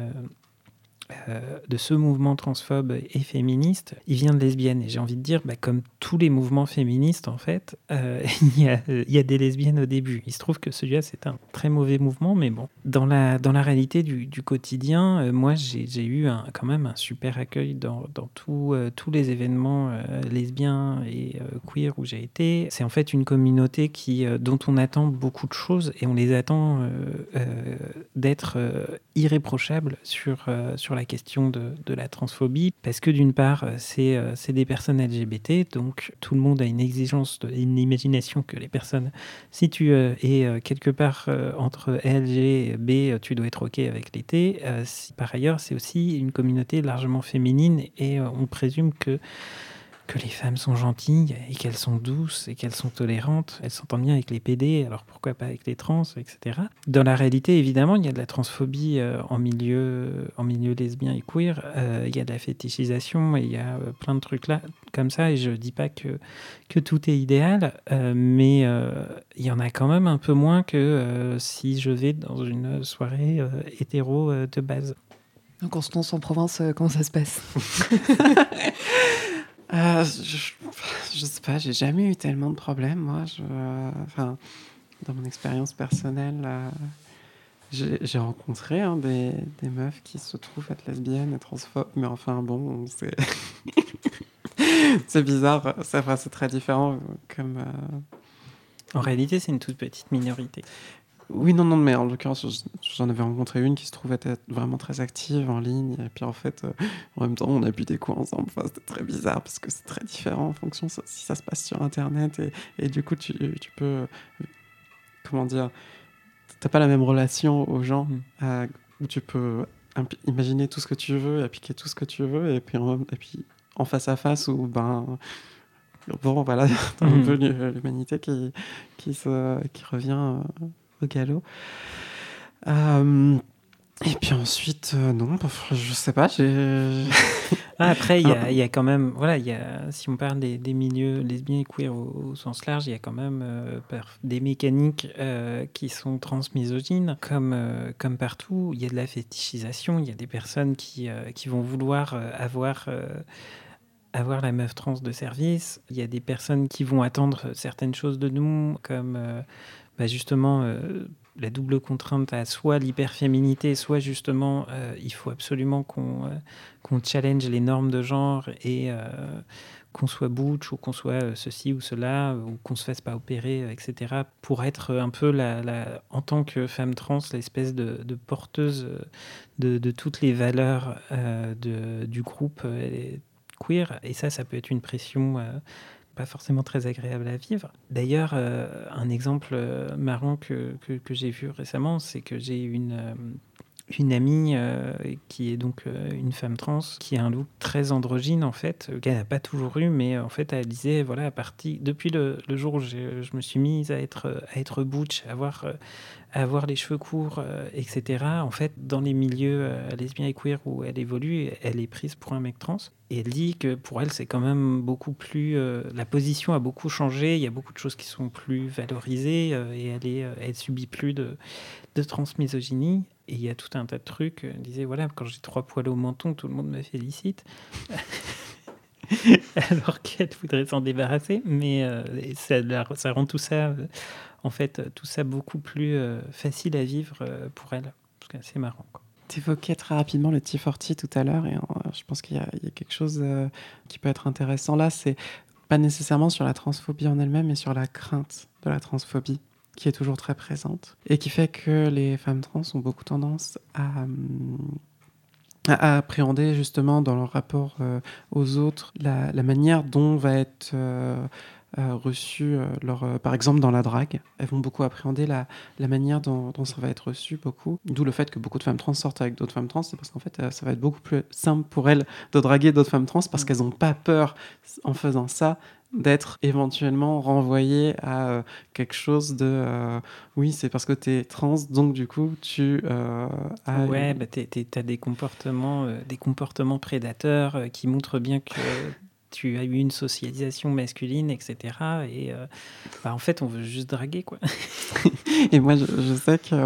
De ce mouvement transphobe et féministe, il vient de lesbiennes. Et j'ai envie de dire, comme tous les mouvements féministes, en fait, il y a des lesbiennes au début. Il se trouve que celui-là, c'est un très mauvais mouvement, mais bon. Dans la réalité du quotidien, moi, j'ai eu quand même un super accueil dans tous les événements lesbiens et queer où j'ai été. C'est en fait une communauté dont on attend beaucoup de choses, et on les attend d'être irréprochables sur la question de la transphobie, parce que d'une part, c'est des personnes LGBT, donc tout le monde a une exigence, une imagination que les personnes, si tu es quelque part entre LG et B, tu dois être OK avec les T. Par ailleurs, c'est aussi une communauté largement féminine, et on présume que les femmes sont gentilles et qu'elles sont douces et qu'elles sont tolérantes. Elles s'entendent bien avec les PD, alors pourquoi pas avec les trans, etc. Dans la réalité, évidemment, il y a de la transphobie en milieu lesbien et queer. Il y a de la fétichisation, et il y a plein de trucs là comme ça. Et je dis pas que tout est idéal, mais il y en a quand même un peu moins que si je vais dans une soirée hétéro de base. Donc Constance, en province, comment ça se passe? Je sais pas, j'ai jamais eu tellement de problèmes, moi. Dans mon expérience personnelle, j'ai rencontré des meufs qui se trouvent être lesbiennes et transphobes, mais enfin bon, c'est c'est bizarre, c'est très différent. En réalité, c'est une toute petite minorité. Oui, non, mais en l'occurrence, j'en avais rencontré une qui se trouvait être vraiment très active en ligne, et puis en fait, en même temps, on a bu des coups ensemble. Enfin, c'était très bizarre, parce que c'est très différent en fonction si ça se passe sur Internet, et du coup, tu peux, comment dire, t'as pas la même relation aux gens, où tu peux imaginer tout ce que tu veux, appliquer tout ce que tu veux, et puis en face à face, où bon, voilà, t'as un peu l'humanité qui revient au galop. Et puis ensuite, non, je sais pas. Après, il y a quand même, voilà, si on parle des milieux lesbiens et queer au sens large, il y a quand même des mécaniques qui sont transmisogynes, comme partout. Il y a de la fétichisation, il y a des personnes qui vont vouloir avoir la meuf trans de service. Il y a des personnes qui vont attendre certaines choses de nous, comme justement la double contrainte à soit l'hyperféminité, soit justement il faut absolument qu'on challenge les normes de genre, et qu'on soit butch, ou qu'on soit ceci ou cela, ou qu'on se fasse pas opérer, etc., pour être un peu en tant que femme trans, l'espèce de porteuse de toutes les valeurs du groupe queer. Et ça peut être une pression pas forcément très agréables à vivre. D'ailleurs, un exemple marrant que j'ai vu récemment, c'est que j'ai une amie qui est donc une femme trans, qui a un look très androgyne en fait, qu'elle n'a pas toujours eu, mais en fait elle disait voilà, depuis le jour où je me suis mise à être butch, à avoir les cheveux courts, etc. En fait, dans les milieux lesbiens et queer où elle évolue, elle est prise pour un mec trans. Et elle dit que pour elle, c'est quand même beaucoup plus... la position a beaucoup changé, il y a beaucoup de choses qui sont plus valorisées et elle subit plus de transmisogynie. Et il y a tout un tas de trucs. Elle disait, voilà, quand j'ai 3 poils au menton, tout le monde me félicite. Alors qu'elle voudrait s'en débarrasser. Mais ça rend tout ça, en fait, tout ça beaucoup plus facile à vivre pour elle. Parce que c'est marrant, quoi. Tu évoquais très rapidement le T40 tout à l'heure, et je pense qu'il y a quelque chose qui peut être intéressant là, c'est pas nécessairement sur la transphobie en elle-même, mais sur la crainte de la transphobie, qui est toujours très présente, et qui fait que les femmes trans ont beaucoup tendance à appréhender justement dans leur rapport aux autres la manière dont va être reçu par exemple dans la drague. Elles vont beaucoup appréhender la manière dont ça va être reçu, beaucoup. D'où le fait que beaucoup de femmes trans sortent avec d'autres femmes trans, c'est parce qu'en fait ça va être beaucoup plus simple pour elles de draguer d'autres femmes trans, parce qu'elles n'ont pas peur, en faisant ça, d'être éventuellement renvoyées à quelque chose de oui, c'est parce que t'es trans, donc du coup tu as... Ouais, t'as des comportements prédateurs qui montrent bien que tu as eu une socialisation masculine, etc. Et en fait, on veut juste draguer, quoi. Et moi, je sais que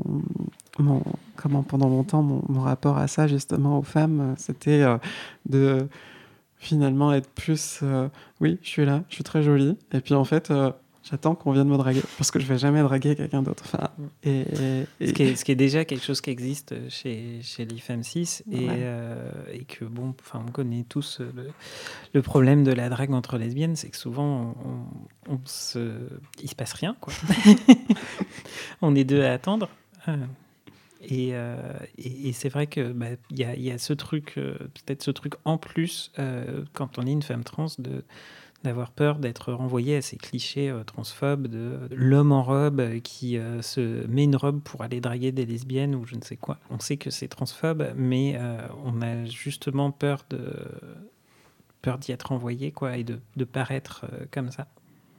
pendant longtemps, mon rapport à ça, justement, aux femmes, c'était de finalement être plus... oui, je suis là, je suis très jolie. Et puis, en fait... j'attends qu'on vienne me draguer, parce que je vais jamais draguer quelqu'un d'autre. Enfin, ce qui est déjà quelque chose qui existe chez les femmes cis, et que bon, on connaît tous le problème de la drague entre lesbiennes, c'est que souvent il se passe rien, quoi. On est deux à attendre. Et c'est vrai que y a ce truc, peut-être ce truc en plus quand on est une femme trans d'avoir peur d'être renvoyé à ces clichés transphobes de l'homme en robe qui se met une robe pour aller draguer des lesbiennes ou je ne sais quoi. On sait que c'est transphobe, mais on a justement peur d'y être renvoyé, quoi, et de paraître comme ça.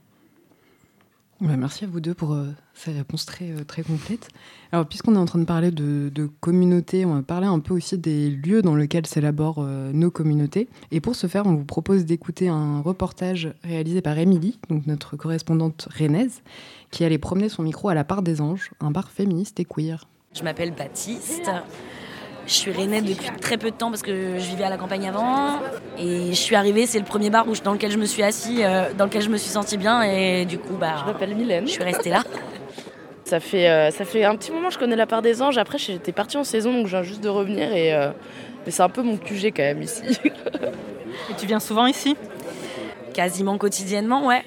Merci à vous deux pour ces réponses très, très complètes. Alors, puisqu'on est en train de parler de communauté, on va parler un peu aussi des lieux dans lesquels s'élaborent nos communautés. Et pour ce faire, on vous propose d'écouter un reportage réalisé par Émilie, donc notre correspondante rennaise, qui allait promener son micro à la Part des Anges, un bar féministe et queer. Je m'appelle Baptiste. Je suis rennaise depuis très peu de temps parce que je vivais à la campagne avant. Et je suis arrivée, c'est le premier bar dans lequel je me suis assise, dans lequel je me suis sentie bien. Et du coup, je m'appelle Mylène. Je suis restée là. Ça fait un petit moment que je connais la Part des Anges. Après, j'étais partie en saison, donc je viens juste de revenir. Mais c'est un peu mon QG quand même ici. Et tu viens souvent ici ? Quasiment quotidiennement, ouais.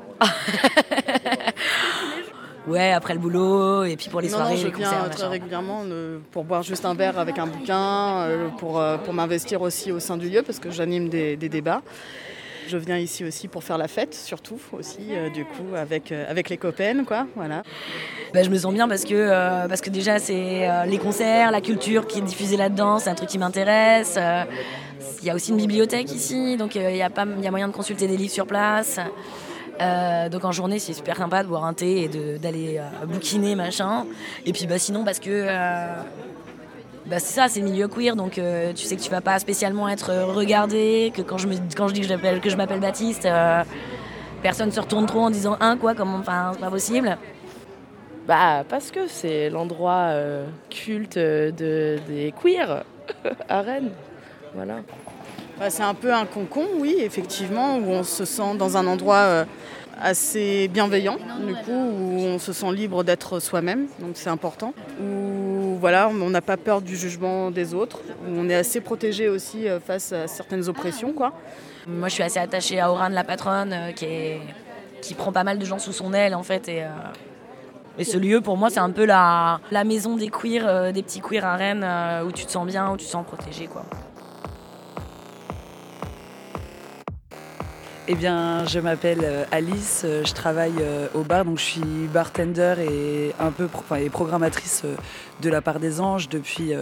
Ouais, après le boulot, et puis pour les soirées, je les concerts. viens très régulièrement pour boire juste un verre avec un bouquin, pour m'investir aussi au sein du lieu, parce que j'anime des débats. Je viens ici aussi pour faire la fête, surtout aussi, du coup, avec les copaines, quoi, voilà. Je me sens bien parce que déjà, c'est les concerts, la culture qui est diffusée là-dedans, c'est un truc qui m'intéresse. Il y a aussi une bibliothèque ici, donc il y a moyen de consulter des livres sur place. Donc en journée, c'est super sympa de boire un thé et d'aller bouquiner, machin. Et puis sinon, parce que c'est ça, c'est le milieu queer, donc tu sais que tu vas pas spécialement être regardé, que quand je dis que je m'appelle Baptiste, personne se retourne trop en disant c'est pas possible. Parce que c'est l'endroit culte des queers à Rennes, voilà. C'est un peu un cocon, oui, effectivement, où on se sent dans un endroit assez bienveillant, du coup, où on se sent libre d'être soi-même, donc c'est important. Où on n'a pas peur du jugement des autres, où on est assez protégé aussi face à certaines oppressions, quoi. Moi, je suis assez attachée à Aurane, la patronne, qui prend pas mal de gens sous son aile, en fait, et ce lieu, pour moi, c'est un peu la maison des queers, des petits queers à Rennes, où tu te sens bien, où tu te sens protégé, quoi. Eh bien, je m'appelle Alice, je travaille au bar, donc je suis bartender et et programmatrice de la Part des Anges depuis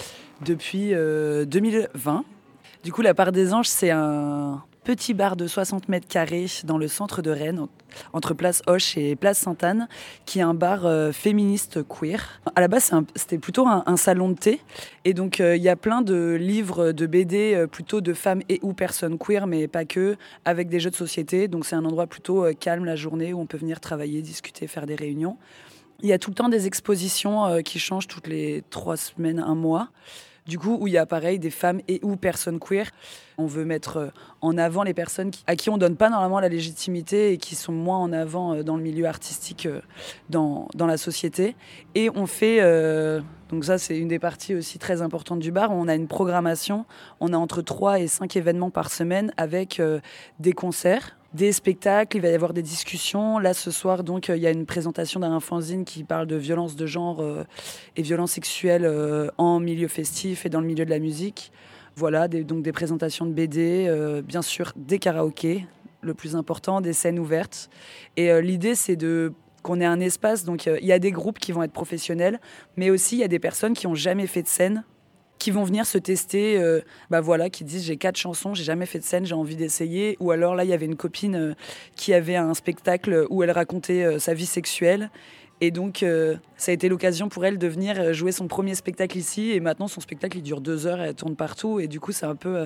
2020. Du coup, la Part des Anges, c'est un petit bar de 60 mètres carrés dans le centre de Rennes, entre Place Hoche et Place Sainte-Anne, qui est un bar féministe queer. À la base, c'était plutôt un salon de thé. Et donc, il y a plein de livres, de BD, plutôt de femmes et ou personnes queer, mais pas que, avec des jeux de société. Donc, c'est un endroit plutôt calme la journée où on peut venir travailler, discuter, faire des réunions. Il y a tout le temps des expositions qui changent toutes les 3 semaines, 1 mois. Du coup, où il y a pareil des femmes et ou personnes queer. On veut mettre en avant les personnes à qui on donne pas normalement la légitimité et qui sont moins en avant dans le milieu artistique, dans la société. Et on fait, donc ça c'est une des parties aussi très importantes du bar, on a une programmation, on a entre 3 et 5 événements par semaine avec des concerts, des spectacles, il va y avoir des discussions. Là, ce soir, donc, il y a une présentation d'un fanzine qui parle de violences de genre et violences sexuelles en milieu festif et dans le milieu de la musique. Voilà, donc des présentations de BD, bien sûr des karaokés, le plus important, des scènes ouvertes. Et l'idée, c'est qu'on ait un espace. Donc, il y a des groupes qui vont être professionnels, mais aussi il y a des personnes qui n'ont jamais fait de scène, qui vont venir se tester, qui disent j'ai 4 chansons, j'ai jamais fait de scène, j'ai envie d'essayer. Ou alors là, il y avait une copine qui avait un spectacle où elle racontait sa vie sexuelle. Et donc, ça a été l'occasion pour elle de venir jouer son premier spectacle ici. Et maintenant, son spectacle, il dure 2 heures, elle tourne partout. Et du coup, c'est un peu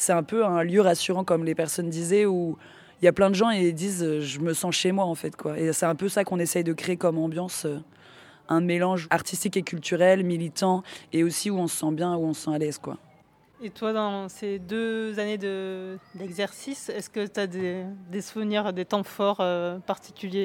un lieu rassurant, comme les personnes disaient, où il y a plein de gens et ils disent je me sens chez moi, en fait, quoi. Et c'est un peu ça qu'on essaye de créer comme ambiance. Un mélange artistique et culturel, militant, et aussi où on se sent bien, où on se sent à l'aise, quoi. Et toi, dans ces 2 années d'exercice, est-ce que tu as des souvenirs, des temps forts particuliers ?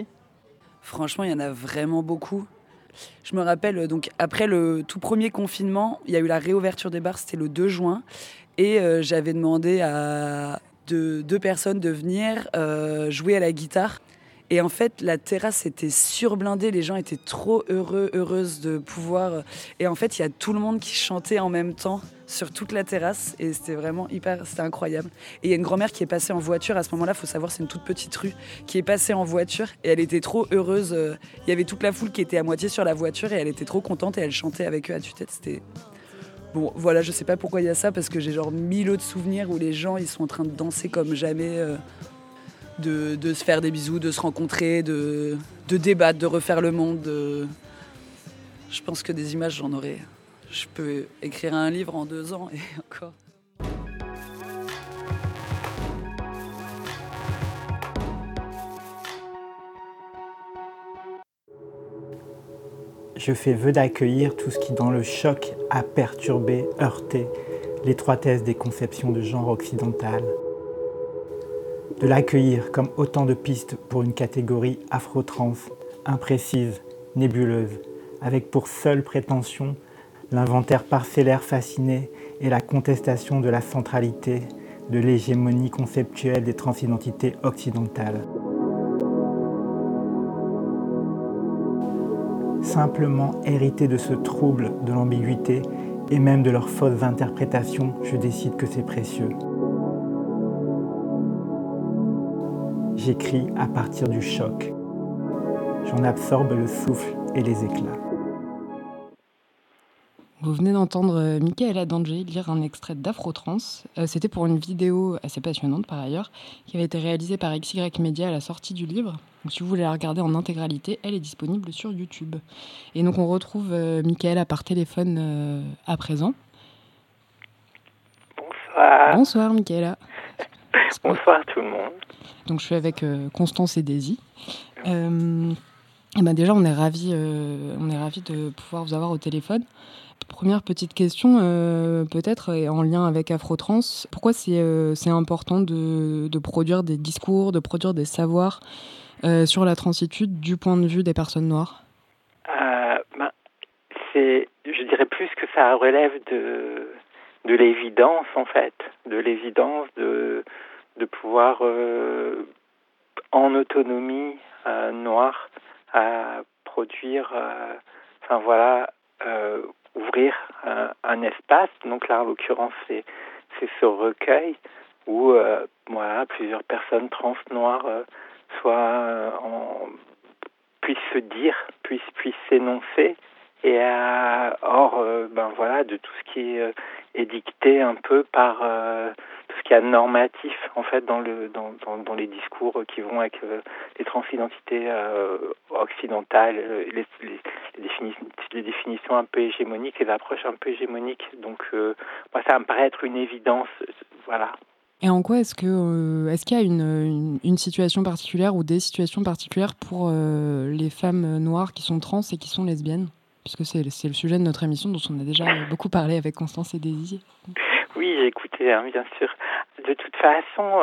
Franchement, il y en a vraiment beaucoup. Je me rappelle, donc après le tout premier confinement, il y a eu la réouverture des bars, c'était le 2 juin, et j'avais demandé à deux personnes de venir jouer à la guitare. Et en fait, la terrasse était surblindée, les gens étaient trop heureuses de pouvoir... Et en fait, il y a tout le monde qui chantait en même temps sur toute la terrasse, et c'était vraiment c'était incroyable. Et il y a une grand-mère qui est passée en voiture, à ce moment-là, il faut savoir, c'est une toute petite rue, qui est passée en voiture, et elle était trop heureuse. Il y avait toute la foule qui était à moitié sur la voiture, et elle était trop contente, et elle chantait avec eux à tue-tête, c'était... Bon, voilà, je sais pas pourquoi il y a ça, parce que j'ai genre 1000 autres souvenirs où les gens, ils sont en train de danser comme jamais... De se faire des bisous, de se rencontrer, de débattre, de refaire le monde. Je pense que des images, j'en aurais. Je peux écrire un livre en 2 ans et encore. Je fais vœu d'accueillir tout ce qui, dans le choc, a perturbé, heurté l'étroitesse des conceptions de genre occidentales. De l'accueillir comme autant de pistes pour une catégorie afro-trans, imprécise, nébuleuse, avec pour seule prétention l'inventaire parcellaire fasciné et la contestation de la centralité de l'hégémonie conceptuelle des transidentités occidentales. Simplement hérité de ce trouble de l'ambiguïté et même de leurs fausses interprétations, je décide que c'est précieux. J'écris à partir du choc. J'en absorbe le souffle et les éclats. Vous venez d'entendre Michaela Danger lire un extrait d'Afro-Trans. C'était pour une vidéo assez passionnante par ailleurs, qui avait été réalisée par XY Media à la sortie du livre. Donc, si vous voulez la regarder en intégralité, elle est disponible sur YouTube. Et donc on retrouve Michaela par téléphone à présent. Bonsoir. Bonsoir Michaela. Bonsoir tout le monde. Donc je suis avec Constance et Daisy. Et déjà on est ravis de pouvoir vous avoir au téléphone. Première petite question, peut-être en lien avec Afro-Trans, pourquoi c'est important de produire des discours, de produire des savoirs sur la transitude du point de vue des personnes noires ? Je dirais plus que ça relève de l'évidence en fait, de l'évidence de pouvoir en autonomie noire produire, ouvrir un espace. Donc là, en l'occurrence, c'est ce recueil où plusieurs personnes trans noires puissent se dire, puissent s'énoncer. Et de tout ce qui est édicté un peu par tout ce qui est normatif en fait dans les discours qui vont avec les transidentités occidentales, les définitions un peu hégémoniques, les approches un peu hégémoniques. Donc ça me paraît être une évidence, voilà. Et en quoi est-ce qu'il y a une situation particulière ou des situations particulières pour les femmes noires qui sont trans et qui sont lesbiennes ? Puisque c'est le sujet de notre émission dont on a déjà beaucoup parlé avec Constance et Daisy. Oui, j'ai écouté, bien sûr. De toute façon,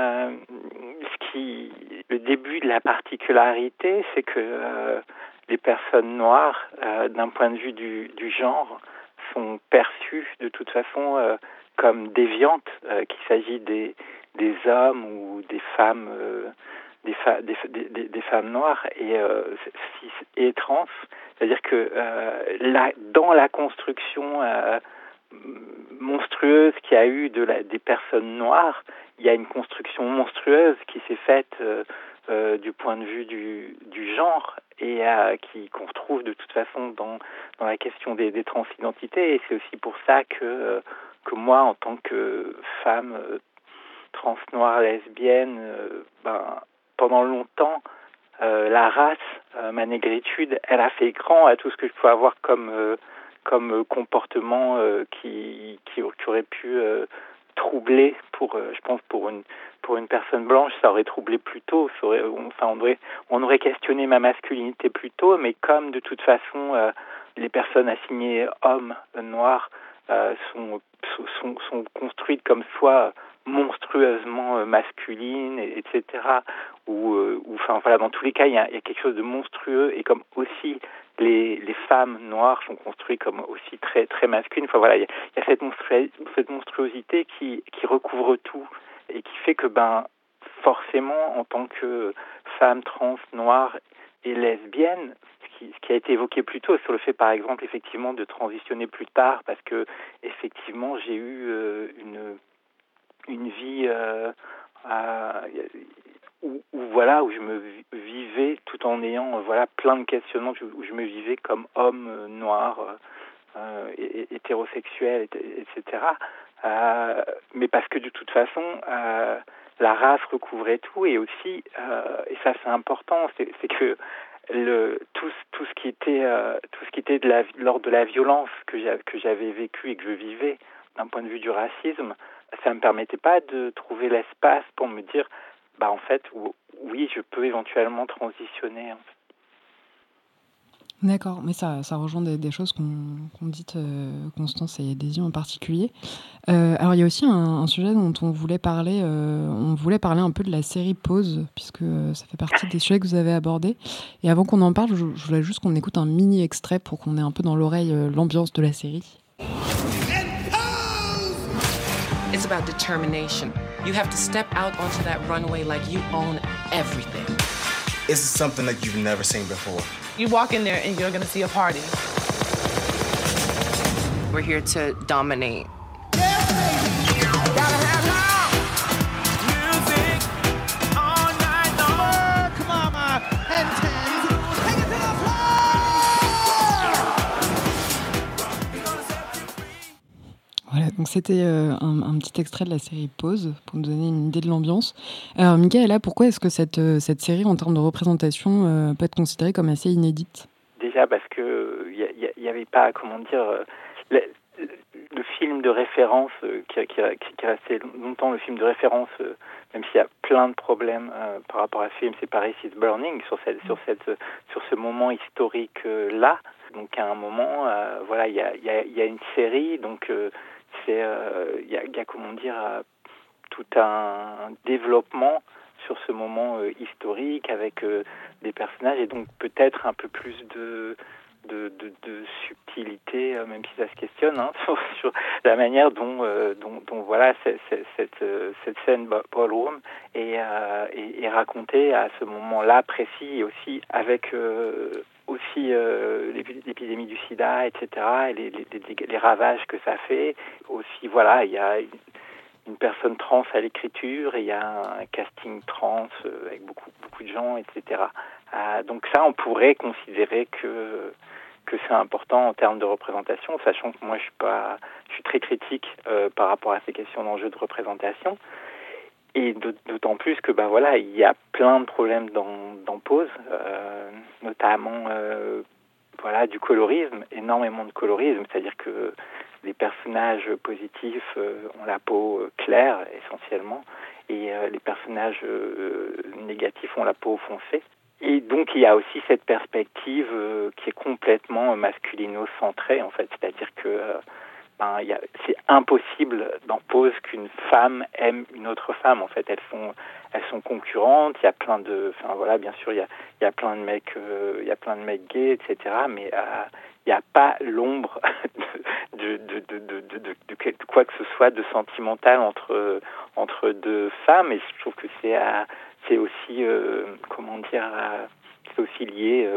le début de la particularité, c'est que les personnes noires, d'un point de vue du genre, sont perçues de toute façon comme déviantes, qu'il s'agit des hommes ou des femmes, des femmes noires et trans. C'est-à-dire que dans la construction monstrueuse qu'il y a eu des personnes noires, il y a une construction monstrueuse qui s'est faite du point de vue du genre et qu'on retrouve de toute façon dans la question des transidentités. Et c'est aussi pour ça que moi, en tant que femme trans noire lesbienne, pendant longtemps, la race, ma négritude, elle a fait écran à tout ce que je pouvais avoir comme comportement qui aurait pu troubler je pense pour une personne blanche, ça aurait troublé plus tôt. On aurait questionné ma masculinité plus tôt, mais comme de toute façon les personnes assignées hommes noirs sont construites comme soit monstrueusement masculines, etc. Dans tous les cas, il y a quelque chose de monstrueux, et comme aussi les femmes noires sont construites comme aussi très très masculines. Il y a cette monstruosité qui recouvre tout et qui fait que forcément, en tant que femme trans noire et lesbienne, ce qui a été évoqué plus tôt sur le fait, par exemple, effectivement, de transitionner plus tard, parce que effectivement, j'ai eu une vie où je me vivais tout en ayant plein de questionnements, où je me vivais comme homme noir, hétérosexuel, etc. Mais parce que de toute façon, la race recouvrait tout, et aussi, et ça c'est important, c'est que tout ce qui était de l'ordre de la violence que j'avais vécu et que je vivais d'un point de vue du racisme, ça me permettait pas de trouver l'espace pour me dire en fait oui, je peux éventuellement transitionner. D'accord, mais ça rejoint des choses qu'ont dites Constance et Daisy en particulier. Alors il y a aussi un sujet dont on voulait parler un peu de la série Pause, puisque ça fait partie des sujets que vous avez abordés. Et avant qu'on en parle, je voulais juste qu'on écoute un mini extrait pour qu'on ait un peu dans l'oreille l'ambiance de la série. It's about determination. You have to step out onto that runway like you own everything. This is something that you've never seen before. You walk in there and you're gonna see a party. We're here to dominate. Voilà, donc c'était un petit extrait de la série Pause pour nous donner une idée de l'ambiance. Alors Michaela, pourquoi est-ce que cette série, en termes de représentation, peut être considérée comme assez inédite ? Déjà parce que il y avait pas, comment dire, le film de référence qui est resté longtemps le film de référence, même s'il y a plein de problèmes par rapport à ce film, c'est Paris is Burning sur ce moment historique là. Donc à un moment, il y a une série, donc il y a comment dire tout un développement sur ce moment historique avec des personnages, et donc peut-être un peu plus de subtilité, même si ça se questionne sur la manière dont cette scène ballroom est racontée à ce moment-là précis, et aussi avec l'épidémie du sida, etc., et les ravages que ça fait. Aussi, il y a une personne trans à l'écriture et il y a un casting trans avec beaucoup de gens, etc. Donc ça, on pourrait considérer que c'est important en termes de représentation, sachant que moi je suis très critique par rapport à ces questions d'enjeux de représentation. Et d'autant plus que il y a plein de problèmes dans Pose, notamment du colorisme, énormément de colorisme, c'est-à-dire que les personnages positifs ont la peau claire essentiellement, et les personnages négatifs ont la peau foncée. Et donc il y a aussi cette perspective qui est complètement masculino-centrée en fait, c'est-à-dire que c'est impossible dans Pose qu'une femme aime une autre femme. En fait, elles sont concurrentes. Il y a plein de, bien sûr, il y a plein de mecs, gays, etc. Mais il n'y a pas l'ombre de quoi que ce soit de sentimental entre deux femmes. Et je trouve que c'est aussi c'est aussi lié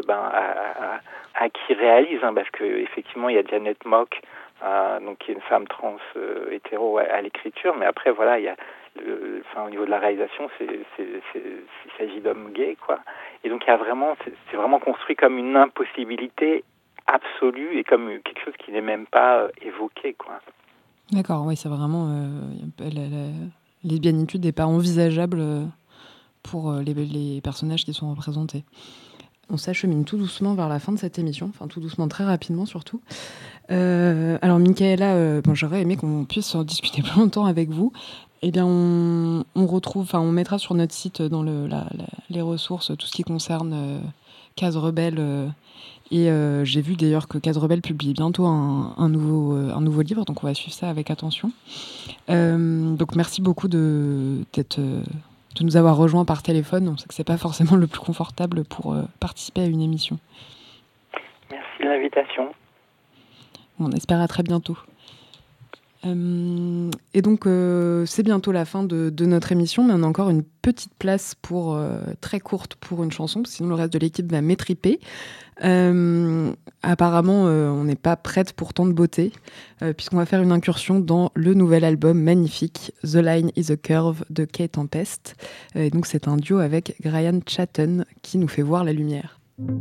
à qui réalise, parce que effectivement il y a Janet Mock, donc qui est une femme trans hétéro à l'écriture, mais après il y a au niveau de la réalisation, il s'agit d'hommes gays, quoi. Et donc c'est vraiment construit comme une impossibilité absolue et comme quelque chose qui n'est même pas évoqué, quoi. D'accord, oui, c'est vraiment la lesbianitude n'est pas envisageable pour les personnages qui sont représentés. On s'achemine tout doucement vers la fin de cette émission, enfin tout doucement, très rapidement surtout. Alors Michaela, j'aurais aimé qu'on puisse en discuter plus longtemps avec vous. Eh bien, on mettra sur notre site dans les ressources tout ce qui concerne Case Rebelle. Et j'ai vu d'ailleurs que Case Rebelle publie bientôt un nouveau livre, donc on va suivre ça avec attention. Donc merci beaucoup de nous avoir rejoints par téléphone. On sait que c'est pas forcément le plus confortable pour participer à une émission. Merci de l'invitation. On espère à très bientôt. Et donc c'est bientôt la fin de notre émission, mais on a encore une petite place très courte pour une chanson, sinon le reste de l'équipe va m'étriper. Apparemment on n'est pas prête pour tant de beauté, puisqu'on va faire une incursion dans le nouvel album magnifique The Line is a Curve de Kate Tempest. Et donc c'est un duo avec Graham Chatton qui nous fait voir la lumière.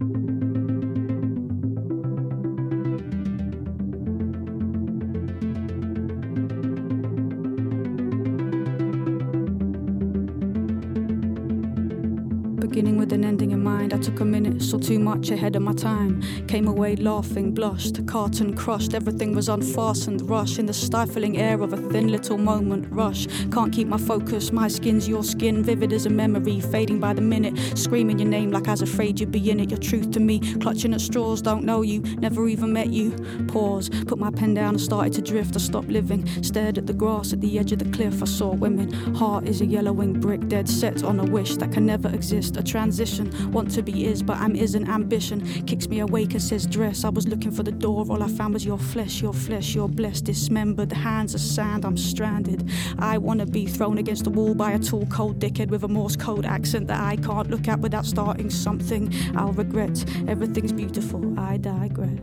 Beginning with an ending in mind, I took a minute, saw too much ahead of my time. Came away laughing, blushed, carton crushed, everything was unfastened, rush in the stifling air of a thin little moment, rush. Can't keep my focus, my skin's your skin, vivid as a memory, fading by the minute. Screaming your name like I was afraid you'd be in it, your truth to me. Clutching at straws, don't know you, never even met you. Pause, put my pen down and started to drift. I stopped living, stared at the grass at the edge of the cliff. I saw women, heart is a yellowing brick, dead set on a wish that can never exist. A transition, want to be is, but I'm isn't. Ambition kicks me awake and says dress. I was looking for the door, all I found was your flesh, you're blessed, dismembered, hands of sand, I'm stranded. I wanna be thrown against the wall by a tall cold dickhead with a Morse code accent that I can't look at without starting something I'll regret. Everything's beautiful, I digress.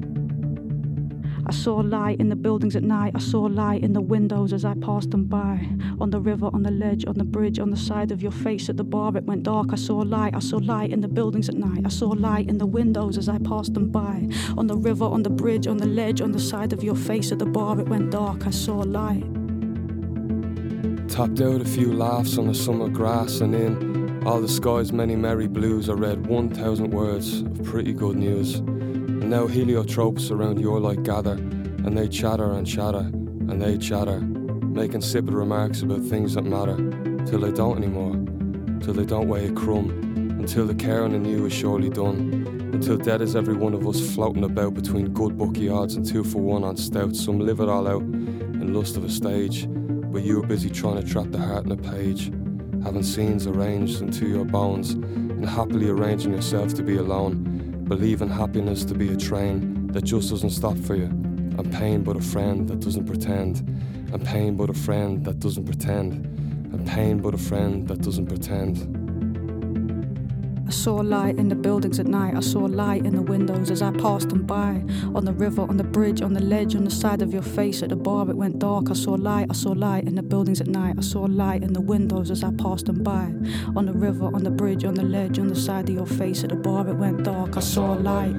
I saw light in the buildings at night, I saw light in the windows as I passed them by. On the river, on the ledge, on the bridge, on the side of your face at the bar it went dark. I saw light in the buildings at night, I saw light in the windows as I passed them by. On the river, on the bridge, on the ledge, on the side of your face at the bar it went dark. I saw light. Tapped out a few laughs on the summer grass, and in all the sky's many merry blues I read 1,000 words of pretty good news. And now heliotropes around your light gather, and they chatter and chatter, and they chatter, making insipid remarks about things that matter, till they don't anymore, till they don't weigh a crumb, until the caring in you is surely done, until dead is every one of us floating about between good bookie odds and 2 for 1 on stout. Some live it all out in lust of a stage, but you are busy trying to trap the heart in a page, having scenes arranged into your bones, and happily arranging yourself to be alone. Believe in happiness to be a train that just doesn't stop for you, and pain but a friend that doesn't pretend, and pain but a friend that doesn't pretend, and pain but a friend that doesn't pretend. I saw light in the buildings at night. I saw light in the windows as I passed them by. On the river, on the bridge, on the ledge, on the side of your face. At the bar it went dark. I saw light in the buildings at night. I saw light in the windows as I passed them by. On the river, on the bridge, on the ledge, on the side of your face. At the bar it went dark. I saw light.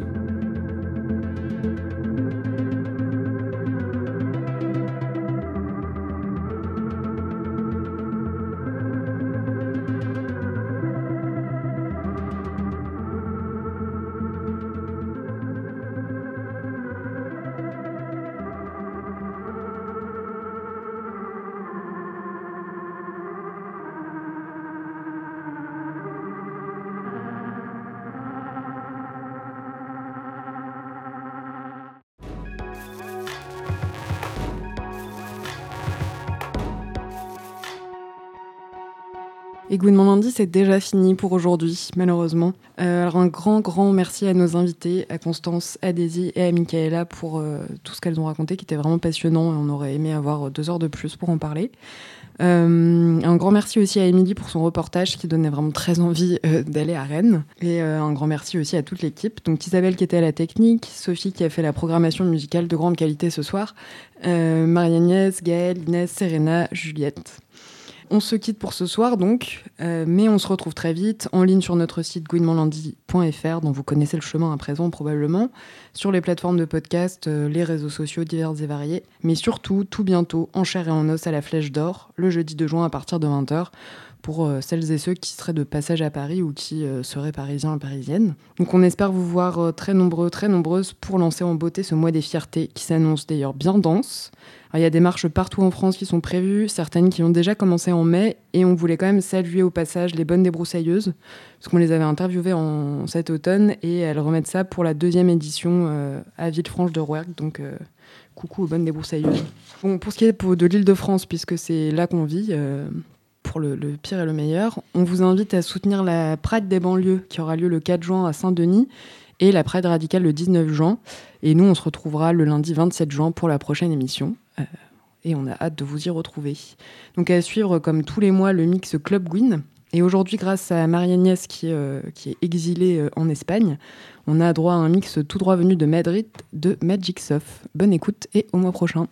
Et Good Morning Lundi, c'est déjà fini pour aujourd'hui, malheureusement. Alors un grand merci à nos invités, à Constance, à Daisy et à Michaela pour tout ce qu'elles ont raconté, qui était vraiment passionnant, et on aurait aimé avoir 2 heures de plus pour en parler. Un grand merci aussi à Émilie pour son reportage qui donnait vraiment très envie d'aller à Rennes. Et un grand merci aussi à toute l'équipe. Donc Isabelle qui était à la technique, Sophie qui a fait la programmation musicale de grande qualité ce soir, Marie-Agnès, Gaëlle, Inès, Serena, Juliette. On se quitte pour ce soir donc, mais on se retrouve très vite en ligne sur notre site gouinementlundi.fr, dont vous connaissez le chemin à présent probablement, sur les plateformes de podcast, les réseaux sociaux divers et variés, mais surtout, tout bientôt, en chair et en os à la Flèche d'Or, le jeudi 2 juin à partir de 20h, pour celles et ceux qui seraient de passage à Paris ou qui seraient parisiens et parisiennes. Donc on espère vous voir très nombreux, très nombreuses pour lancer en beauté ce mois des fiertés, qui s'annonce d'ailleurs bien dense. Il y a des marches partout en France qui sont prévues, certaines qui ont déjà commencé en mai, et on voulait quand même saluer au passage les Bonnes Débroussailleuses, parce qu'on les avait interviewées cet automne, et elles remettent ça pour la 2e édition à Villefranche-de-Rouergue, donc coucou aux Bonnes Débroussailleuses. Bon, pour ce qui est de l'Île-de-France, puisque c'est là qu'on vit, pour le pire et le meilleur, on vous invite à soutenir la Pride des banlieues, qui aura lieu le 4 juin à Saint-Denis, et la Pride radicale le 19 juin. Et nous, on se retrouvera le lundi 27 juin pour la prochaine émission. Et on a hâte de vous y retrouver. Donc à suivre, comme tous les mois, le mix Club Gwyn. Et aujourd'hui, grâce à Marie-Agnès qui est exilée en Espagne, on a droit à un mix tout droit venu de Madrid de Magic Soft. Bonne écoute et au mois prochain.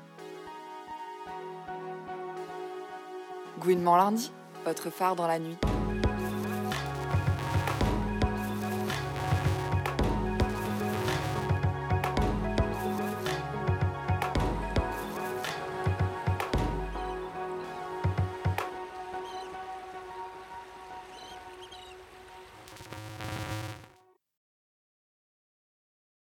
Gouinement lundi, votre phare dans la nuit.